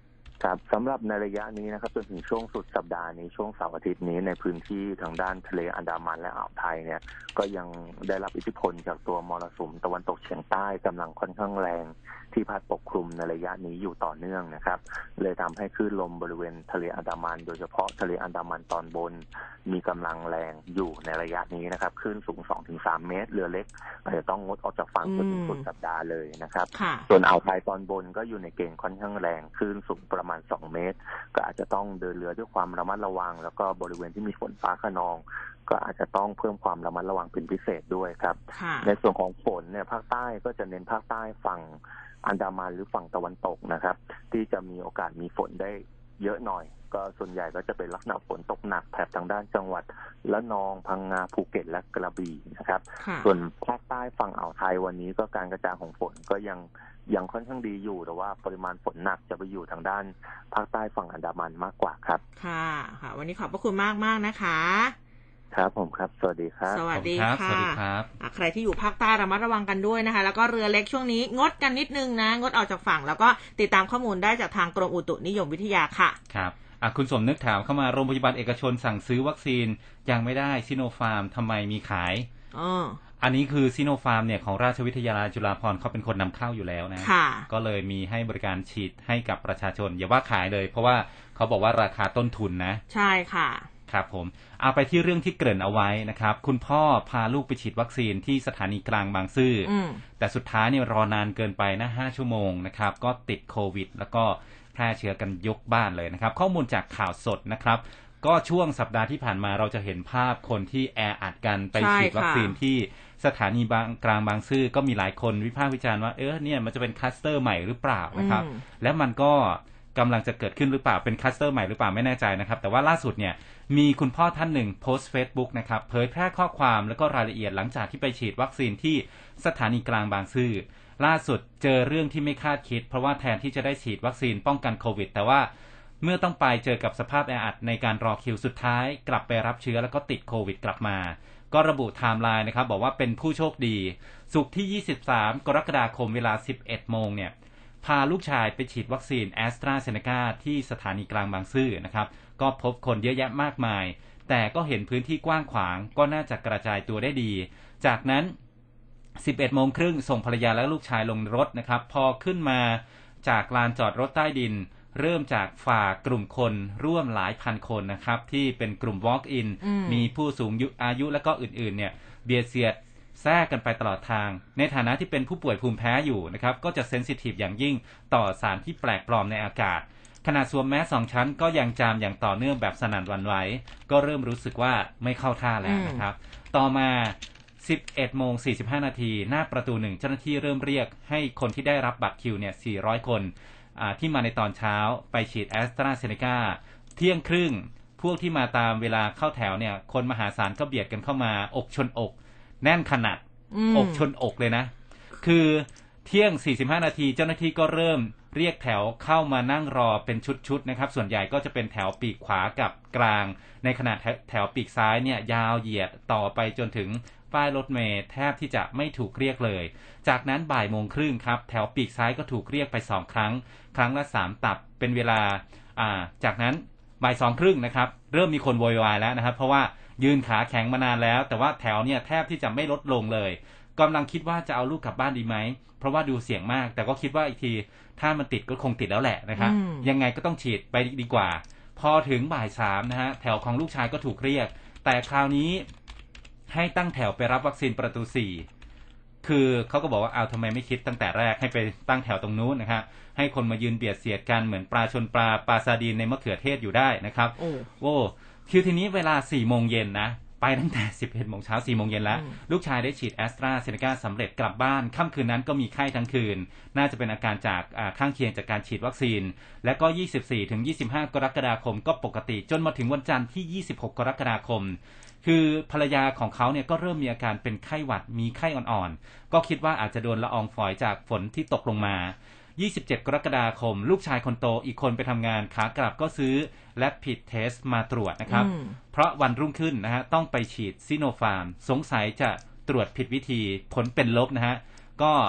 ครับสำหรับในระยะนี้นะครับจนถึงช่วงสุดสัปดาห์นี้ช่วงเสาร์อาทิตย์นี้ในพื้นที่ทางด้านทะเลอันดามันและอ่าวไทยเนี่ยก็ยังได้รับอิทธิพลจากตัวมรสุมตะวันตกเฉียงใต้กำลังค่อนข้างแรงที่พัดปกคลุมในระยะนี้อยู่ต่อเนื่องนะครับเลยทำให้คลื่นลมบริเวณทะเลอันดามันโดยเฉพาะทะเลอันดามันตอนบนมีกำลังแรงอยู่ในระยะนี้นะครับคลื่นสูง สองถึงสาม เมตรเรือเล็กอาจจะต้องงดออกจากฝั่งจนถึงสุดสัปดาห์เลยนะครับส่วนอ่าวไทยตอนบนก็อยู่ในเกณฑ์ค่อนข้างแรงคลื่นสูงประมาณสองเมตรก็อาจจะต้องเดินเรือด้วยความระมัดระวังแล้วก็บริเวณที่มีฝนฟ้าคะนองก็อาจจะต้องเพิ่มความระมัดระวังเป็นพิเศษด้วยครับในส่วนของฝนเนี่ยภาคใต้ก็จะเน้นภาคใต้ฝั่งอันดามันหรือฝั่งตะวันตกนะครับที่จะมีโอกาสมีฝนได้เยอะหน่อยก็ส่วนใหญ่ก็จะเป็นลักษณะฝนตกหนักแถบทางด้านจังหวัดละนองพังงาภูเก็ตและกระบี่นะครับส่วนภาคใต้ฝั่งอ่าวไทยวันนี้ก็การกระจายของฝนก็ยังยังค่อนข้างดีอยู่แต่ว่าปริมาณฝนหนักจะไปอยู่ทางด้านภาคใต้ฝั่งอันดามันมากกว่าครับค่ะค่ะวันนี้ขอบพระคุณมากมากนะคะครับผมครับสวัสดีครับสวัสดีค่ะสวัสดีครับใครที่อยู่ภาคใต้ระมัดระวังกันด้วยนะคะแล้วก็เรือเล็กช่วงนี้งดกันนิดนึงนะงดออกจากฝั่งแล้วก็ติดตามข้อมูลได้จากทางกรมอุตุนิยมวิทยาค่ะครับอ่ะคุณสมนึกถามเข้ามาโรงพยาบาลเอกชนสั่งซื้อวัคซีนยังไม่ได้ซิโนฟาร์มทำไมมีขายอ๋ออันนี้คือซิโนฟาร์มเนี่ยของราชวิทยาลัยจุฬาภรณ์เขาเป็นคนนำเข้าอยู่แล้วนะก็เลยมีให้บริการฉีดให้กับประชาชนอย่าว่าขายเลยเพราะว่าเขาบอกว่าราคาต้นทุนนะใช่ค่ะครับผมเอาไปที่เรื่องที่เกริ่นเอาไว้นะครับคุณพ่อพาลูกไปฉีดวัคซีนที่สถานีกลางบางซื่อแต่สุดท้ายเนี่ยรอนานเกินไปนะห้าชั่วโมงนะครับก็ติดโควิดแล้วก็แพร่เชื้อกันยกบ้านเลยนะครับข้อมูลจากข่าวสดนะครับก็ช่วงสัปดาห์ที่ผ่านมาเราจะเห็นภาพคนที่แออัดกันไปฉีดวัคซีนที่สถานีบางกลางบางซื่อก็มีหลายคนวิพากษ์วิจารณ์ว่าเออเนี่ยมันจะเป็นคลัสเตอร์ใหม่หรือเปล่านะครับและมันก็กำลังจะเกิดขึ้นหรือเปล่าเป็นคลัสเตอร์ใหม่หรือเปล่าไม่แน่ใจนะครับแต่ว่าล่าสุดเนี่ยมีคุณพ่อท่านหนึ่งโพสต์ Facebook นะครับเผยแพร่ข้อความแล้วก็รายละเอียดหลังจากที่ไปฉีดวัคซีนที่สถานีกลางบางซื่อล่าสุดเจอเรื่องที่ไม่คาดคิดเพราะว่าแทนที่จะได้ฉีดวัคซีนป้องกันโควิดแต่ว่าเมื่อต้องไปเจอกับสภาพแออัดในการรอคิวสุดท้ายกลับไปรับเชื้อแล้วก็ติดโควิดกลับมาก็ระบุไทม์ไลน์นะครับบอกว่าเป็นผู้โชคดีศุกร์ที่ยี่สิบสามกรกฎาคมเวลา สิบเอ็ดโมงเนี่ยพาลูกชายไปฉีดวัคซีนแอสตราเซเนกาที่สถานีกลางบางซื่อนะครับก็พบคนเยอะแยะมากมายแต่ก็เห็นพื้นที่กว้างขวางก็น่าจะกระจายตัวได้ดีจากนั้นสิบเอ็ดโมงครึ่งส่งภรรยาและลูกชายลงรถนะครับพอขึ้นมาจากลานจอดรถใต้ดินเริ่มจากฝ่ากลุ่มคนร่วมหลายพันคนนะครับที่เป็นกลุ่ม walk in มีผู้สูงอายุและก็อื่นๆเนี่ยเบียดเสียดแทรกกันไปตลอดทางในฐานะที่เป็นผู้ป่วยภูมิแพ้อยู่นะครับก็จะเซนซิทีฟอย่างยิ่งต่อสารที่แปลกปลอมในอากาศขณะสวมแมสสองชั้นก็ยังจามอย่างต่อเนื่องแบบสนั่นหวั่นไหวก็เริ่มรู้สึกว่าไม่เข้าท่าแล้วนะครับต่อมา สิบเอ็ดโมงสี่สิบห้า นาทีหน้าประตูหนึ่งเจ้าหน้าที่เริ่มเรียกให้คนที่ได้รับบัตรคิวเนี่ยสี่ร้อยคนที่มาในตอนเช้าไปฉีดแอสตราเซเนกาเที่ยงครึ่งพวกที่มาตามเวลาเข้าแถวเนี่ยคนมหาศาลก็เบียดกันเข้ามาอกชนอกแน่นขนาดอกชนอกเลยนะคือเที่ยงสี่สิบห้านาทีเจ้าหน้าที่ก็เริ่มเรียกแถวเข้ามานั่งรอเป็นชุดๆนะครับส่วนใหญ่ก็จะเป็นแถวปีกขวากับกลางในขณะแถวปีกซ้ายเนี่ยยาวเหยียดต่อไปจนถึงป้ายรถเมล์แทบที่จะไม่ถูกเรียกเลยจากนั้นบ่ายโมงครึ่งครับแถวปีกซ้ายก็ถูกเรียกไปสองครั้งครั้งละสามตับเป็นเวลาอ่าจากนั้นบ่ายสองครึ่งนะครับเริ่มมีคนโวยวายแล้วนะครับเพราะว่ายืนขาแข็งมานานแล้วแต่ว่าแถวเนี่ยแทบที่จะไม่ลดลงเลยกำลังคิดว่าจะเอาลูกกลับบ้านดีไหมเพราะว่าดูเสี่ยงมากแต่ก็คิดว่าอีกทีถ้ามันติดก็คงติดแล้วแหละนะครับยังไงก็ต้องฉีดไปดีกว่าพอถึงบ่ายสามนะฮะแถวของลูกชายก็ถูกเรียกแต่คราวนี้ให้ตั้งแถวไปรับวัคซีนประตูสี่คือเขาก็บอกว่าเอาทำไมไม่คิดตั้งแต่แรกให้ไปตั้งแถวตรงนู้นนะครับให้คนมายืนเบียดเสียดกันเหมือนปลาชนปลาปลาซาดีนในมะเขือเทศอยู่ได้นะครับโอ้โอ้คือทีนี้เวลาสี่โมงเย็นนะไปตั้งแต่สิบเอ็ดโมงเช้าสี่โมงเย็นแล้วลูกชายได้ฉีดแอสตราเซเนกาสำเร็จกลับบ้านค่ำคืนนั้นก็มีไข้ทั้งคืนน่าจะเป็นอาการจากข้างเคียงจากการฉีดวัคซีนและก็ยี่สิบสี่ถึงยี่สิบห้ากรกฎาคมก็ปกติจนมาถึงวันจันทร์ที่ยี่สิบหกกรกฎาคมคือภรรยาของเขาเนี่ยก็เริ่มมีอาการเป็นไข้หวัดมีไข้อ่อนๆก็คิดว่าอาจจะโดนละอองฝอยจากฝนที่ตกลงมายี่สิบเจ็ดกรกฎาคมลูกชายคนโตอีกคนไปทำงานขากลับก็ซื้อและผิดเทสมาตรวจนะครับเพราะวันรุ่งขึ้นนะฮะต้องไปฉีดซิโนฟาร์มสงสัยจะตรวจผิดวิธีผลเป็นลบนะฮะก็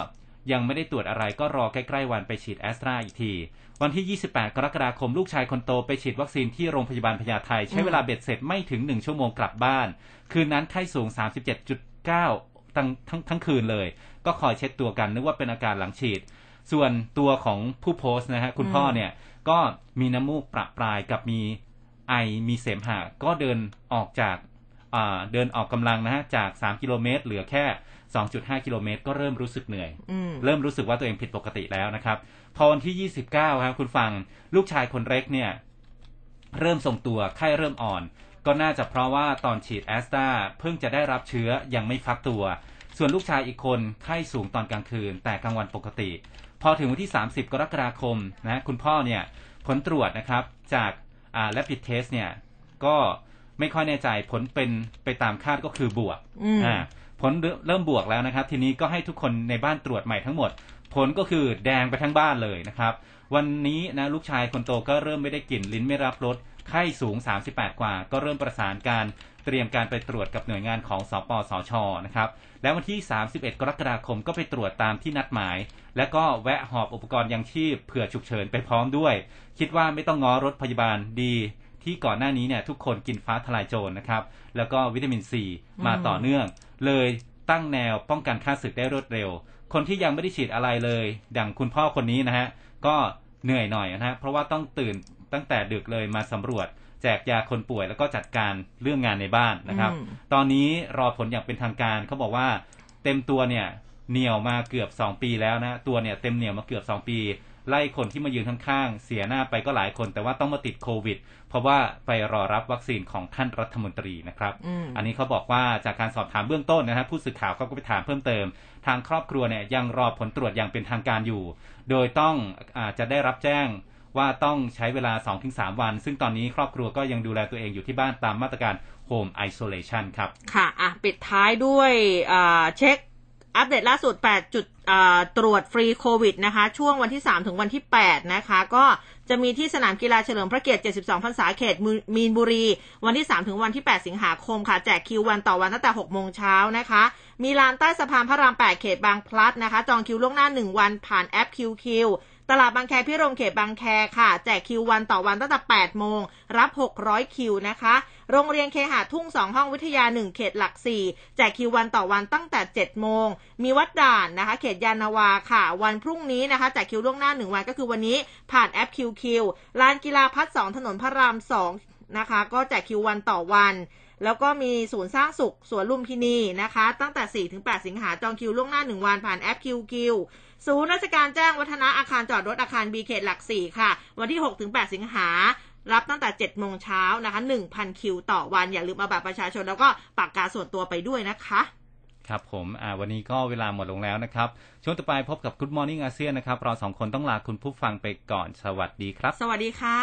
ยังไม่ได้ตรวจอะไรก็รอใกล้ๆวันไปฉีดแอสตราอีกทีวันที่ยี่สิบแปดกรกฎาคมลูกชายคนโตไปฉีดวัคซีนที่โรงพยาบาลพญาไทใช้เวลาเบ็ดเสร็จไม่ถึงหนึ่งชั่วโมงกลับบ้านคืนนั้นไข้สูง สามสิบเจ็ดจุดเก้า ทั้งทั้งทั้งคืนเลยก็คอยเช็ดตัวกันนึกว่าเป็นอาการหลังฉีดส่วนตัวของผู้โพสต์นะฮะคุณพ่อเนี่ยก็มีน้ำมูกประปรายกับมีไอมีเสมหะก็เดินออกจากเดินออกกำลังนะฮะจากสามกิโลเมตรเหลือแค่ สองจุดห้า กิโลเมตรก็เริ่มรู้สึกเหนื่อยเริ่มรู้สึกว่าตัวเองผิดปกติแล้วนะครับพอวันที่ยี่สิบเก้าครับคุณฟังลูกชายคนเล็กเนี่ยเริ่มทรงตัวไข้เริ่มอ่อนก็น่าจะเพราะว่าตอนฉีดแอสตราเพิ่งจะได้รับเชื้อยังไม่ฟักตัวส่วนลูกชายอีกคนไข้สูงตอนกลางคืนแต่กลางวันปกติพอถึงวันที่สามสิบกรกฎาคมนะคุณพ่อเนี่ยผลตรวจนะครับจากอ่า Rapid Test เนี่ยก็ไม่ค่อยแน่ใจผลเป็นไปตามคาดก็คือบวกอ่าผลเริ่มบวกแล้วนะครับทีนี้ก็ให้ทุกคนในบ้านตรวจใหม่ทั้งหมดผลก็คือแดงไปทั้งบ้านเลยนะครับวันนี้นะลูกชายคนโตก็เริ่มไม่ได้กลิ่นลิ้นไม่รับรสไข้สูงสามสิบแปดกว่าก็เริ่มประสานการเตรียมการไปตรวจกับหน่วยงานของสปสช.นะครับแล้ววันที่สามสิบเอ็ดกรกฎาคมก็ไปตรวจตามที่นัดหมายและก็แวะหอบอุปกรณ์ยังชีพเผื่อฉุกเฉินไปพร้อมด้วยคิดว่าไม่ต้องง้อรถพยาบาลดีที่ก่อนหน้านี้เนี่ยทุกคนกินฟ้าทลายโจรนะครับแล้วก็วิตามินซีมาต่อเนื่องเลยตั้งแนวป้องกันฆ่าศึกได้รวดเร็วคนที่ยังไม่ได้ฉีดอะไรเลยดังคุณพ่อคนนี้นะฮะก็เหนื่อยหน่อยนะฮะเพราะว่าต้องตื่นตั้งแต่ดึกเลยมาสำรวจแจกยาคนป่วยแล้วก็จัดการเรื่องงานในบ้านนะครับตอนนี้รอผลอย่างเป็นทางการเขาบอกว่าเต็มตัวเนี่ยเหนี่ยวมาเกือบสองปีแล้วนะตัวเนี่ยเต็มเหนี่ยวมาเกือบสองปีไล่คนที่มายืนข้างๆเสียหน้าไปก็หลายคนแต่ว่าต้องมาติดโควิดเพราะว่าไปรอรับวัคซีนของท่านรัฐมนตรีนะครับอ, อันนี้เขาบอกว่าจากการสอบถามเบื้องต้นนะฮะผู้สื่อข่าวเขาก็ไปถามเพิ่มเติมทางครอบครัวเนี่ยยังรอผลตรวจอย่างเป็นทางการอยู่โดยต้องอาจจะได้รับแจ้งว่าต้องใช้เวลา สองถึงสาม วันซึ่งตอนนี้ครอบครัวก็ยังดูแลตัวเองอยู่ที่บ้านตามมาตรการ Home Isolation ครับค่ะอ่ะปิดท้ายด้วยเช็คอัปเดตล่าสุดแปดจุดตรวจฟรีโควิดนะคะช่วงวันที่สามถึงวันที่แปดนะคะก็จะมีที่สนามกีฬาเฉลิมพระเกียรติเจ็ดสิบสองพรรษาเขตมีนบุรีวันที่สามถึงวันที่แปดสิงหาคมค่ะแจกคิววันต่อวันตั้งแต่ หกโมงเช้านะคะมีลานใต้สะพานพระรามแปดเขตบางพลัดนะคะจองคิวล่วงหน้าหนึ่งวันผ่านแอป คิว คิว ตลาดบางแคพิรมเขตบางแคค่ะแจกคิววันต่อวันตั้งแต่แปดโมงรับหกร้อยคิวนะคะโรงเรียนเคหะทุ่งสองห้องวิทยาหนึ่งเขตหลักสี่แจกคิววันต่อวันตั้งแต่เจ็ดโมงมีวัดด่านนะคะเขตยานนาวาค่ะวันพรุ่งนี้นะคะแจกคิวล่วงหน้าหนึ่งวันก็คือวันนี้ผ่านแอป คิว คิว ลานกีฬาพัฒน์สองถนนพระรามสองนะคะก็แจกคิววันต่อวันแล้วก็มีศูนย์สร้างสุขสวนลุมพินีนะคะตั้งแต่สี่ถึงแปดสิงหาจองคิวล่วงหน้าหนึ่งวันผ่านแอป คิว คิว ศูนย์ราชการแจ้งวัฒนะอาคารจอดรถอาคาร B เขตหลักสี่ค่ะวันที่หกถึงแปดสิงหารับตั้งแต่เจ็ดโมงเช้านะคะ หนึ่งพัน คิวต่อวันอย่าลืมเอาบัตรประชาชนแล้วก็ปากกาส่วนตัวไปด้วยนะคะครับผมอ่าวันนี้ก็เวลาหมดลงแล้วนะครับช่วงต่อไปพบกับ Good Morning อาเซียนนะครับเราสองคนต้องลาคุณผู้ฟังไปก่อนสวัสดีครับสวัสดีค่ะ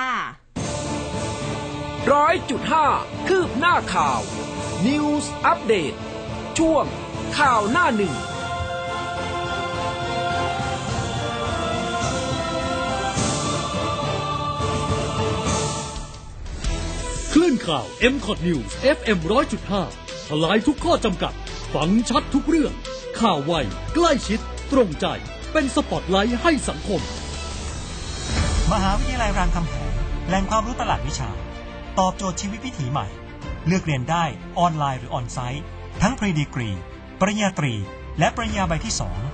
ร้อยจุดห้าคืบหน้าข่าว News Update ช่วงข่าวหน้าหนึ่งคลื่นข่าว เอ็ม คอท News เอฟ เอ็ม หนึ่งร้อยจุดห้า ทลายทุกข้อจำกัดฟังชัดทุกเรื่องข่าวไวใกล้ชิดตรงใจเป็นสปอตไลท์ให้สังคมมหาวิทยาลัยรามคำแหงแหล่งความรู้ตลาดวิชาตอบโจทย์ชีวิตวิถีใหม่เลือกเรียนได้ออนไลน์หรือออนไซต์ทั้งพรีดีกรีปริญญาตรีและปริญญาใบที่สอง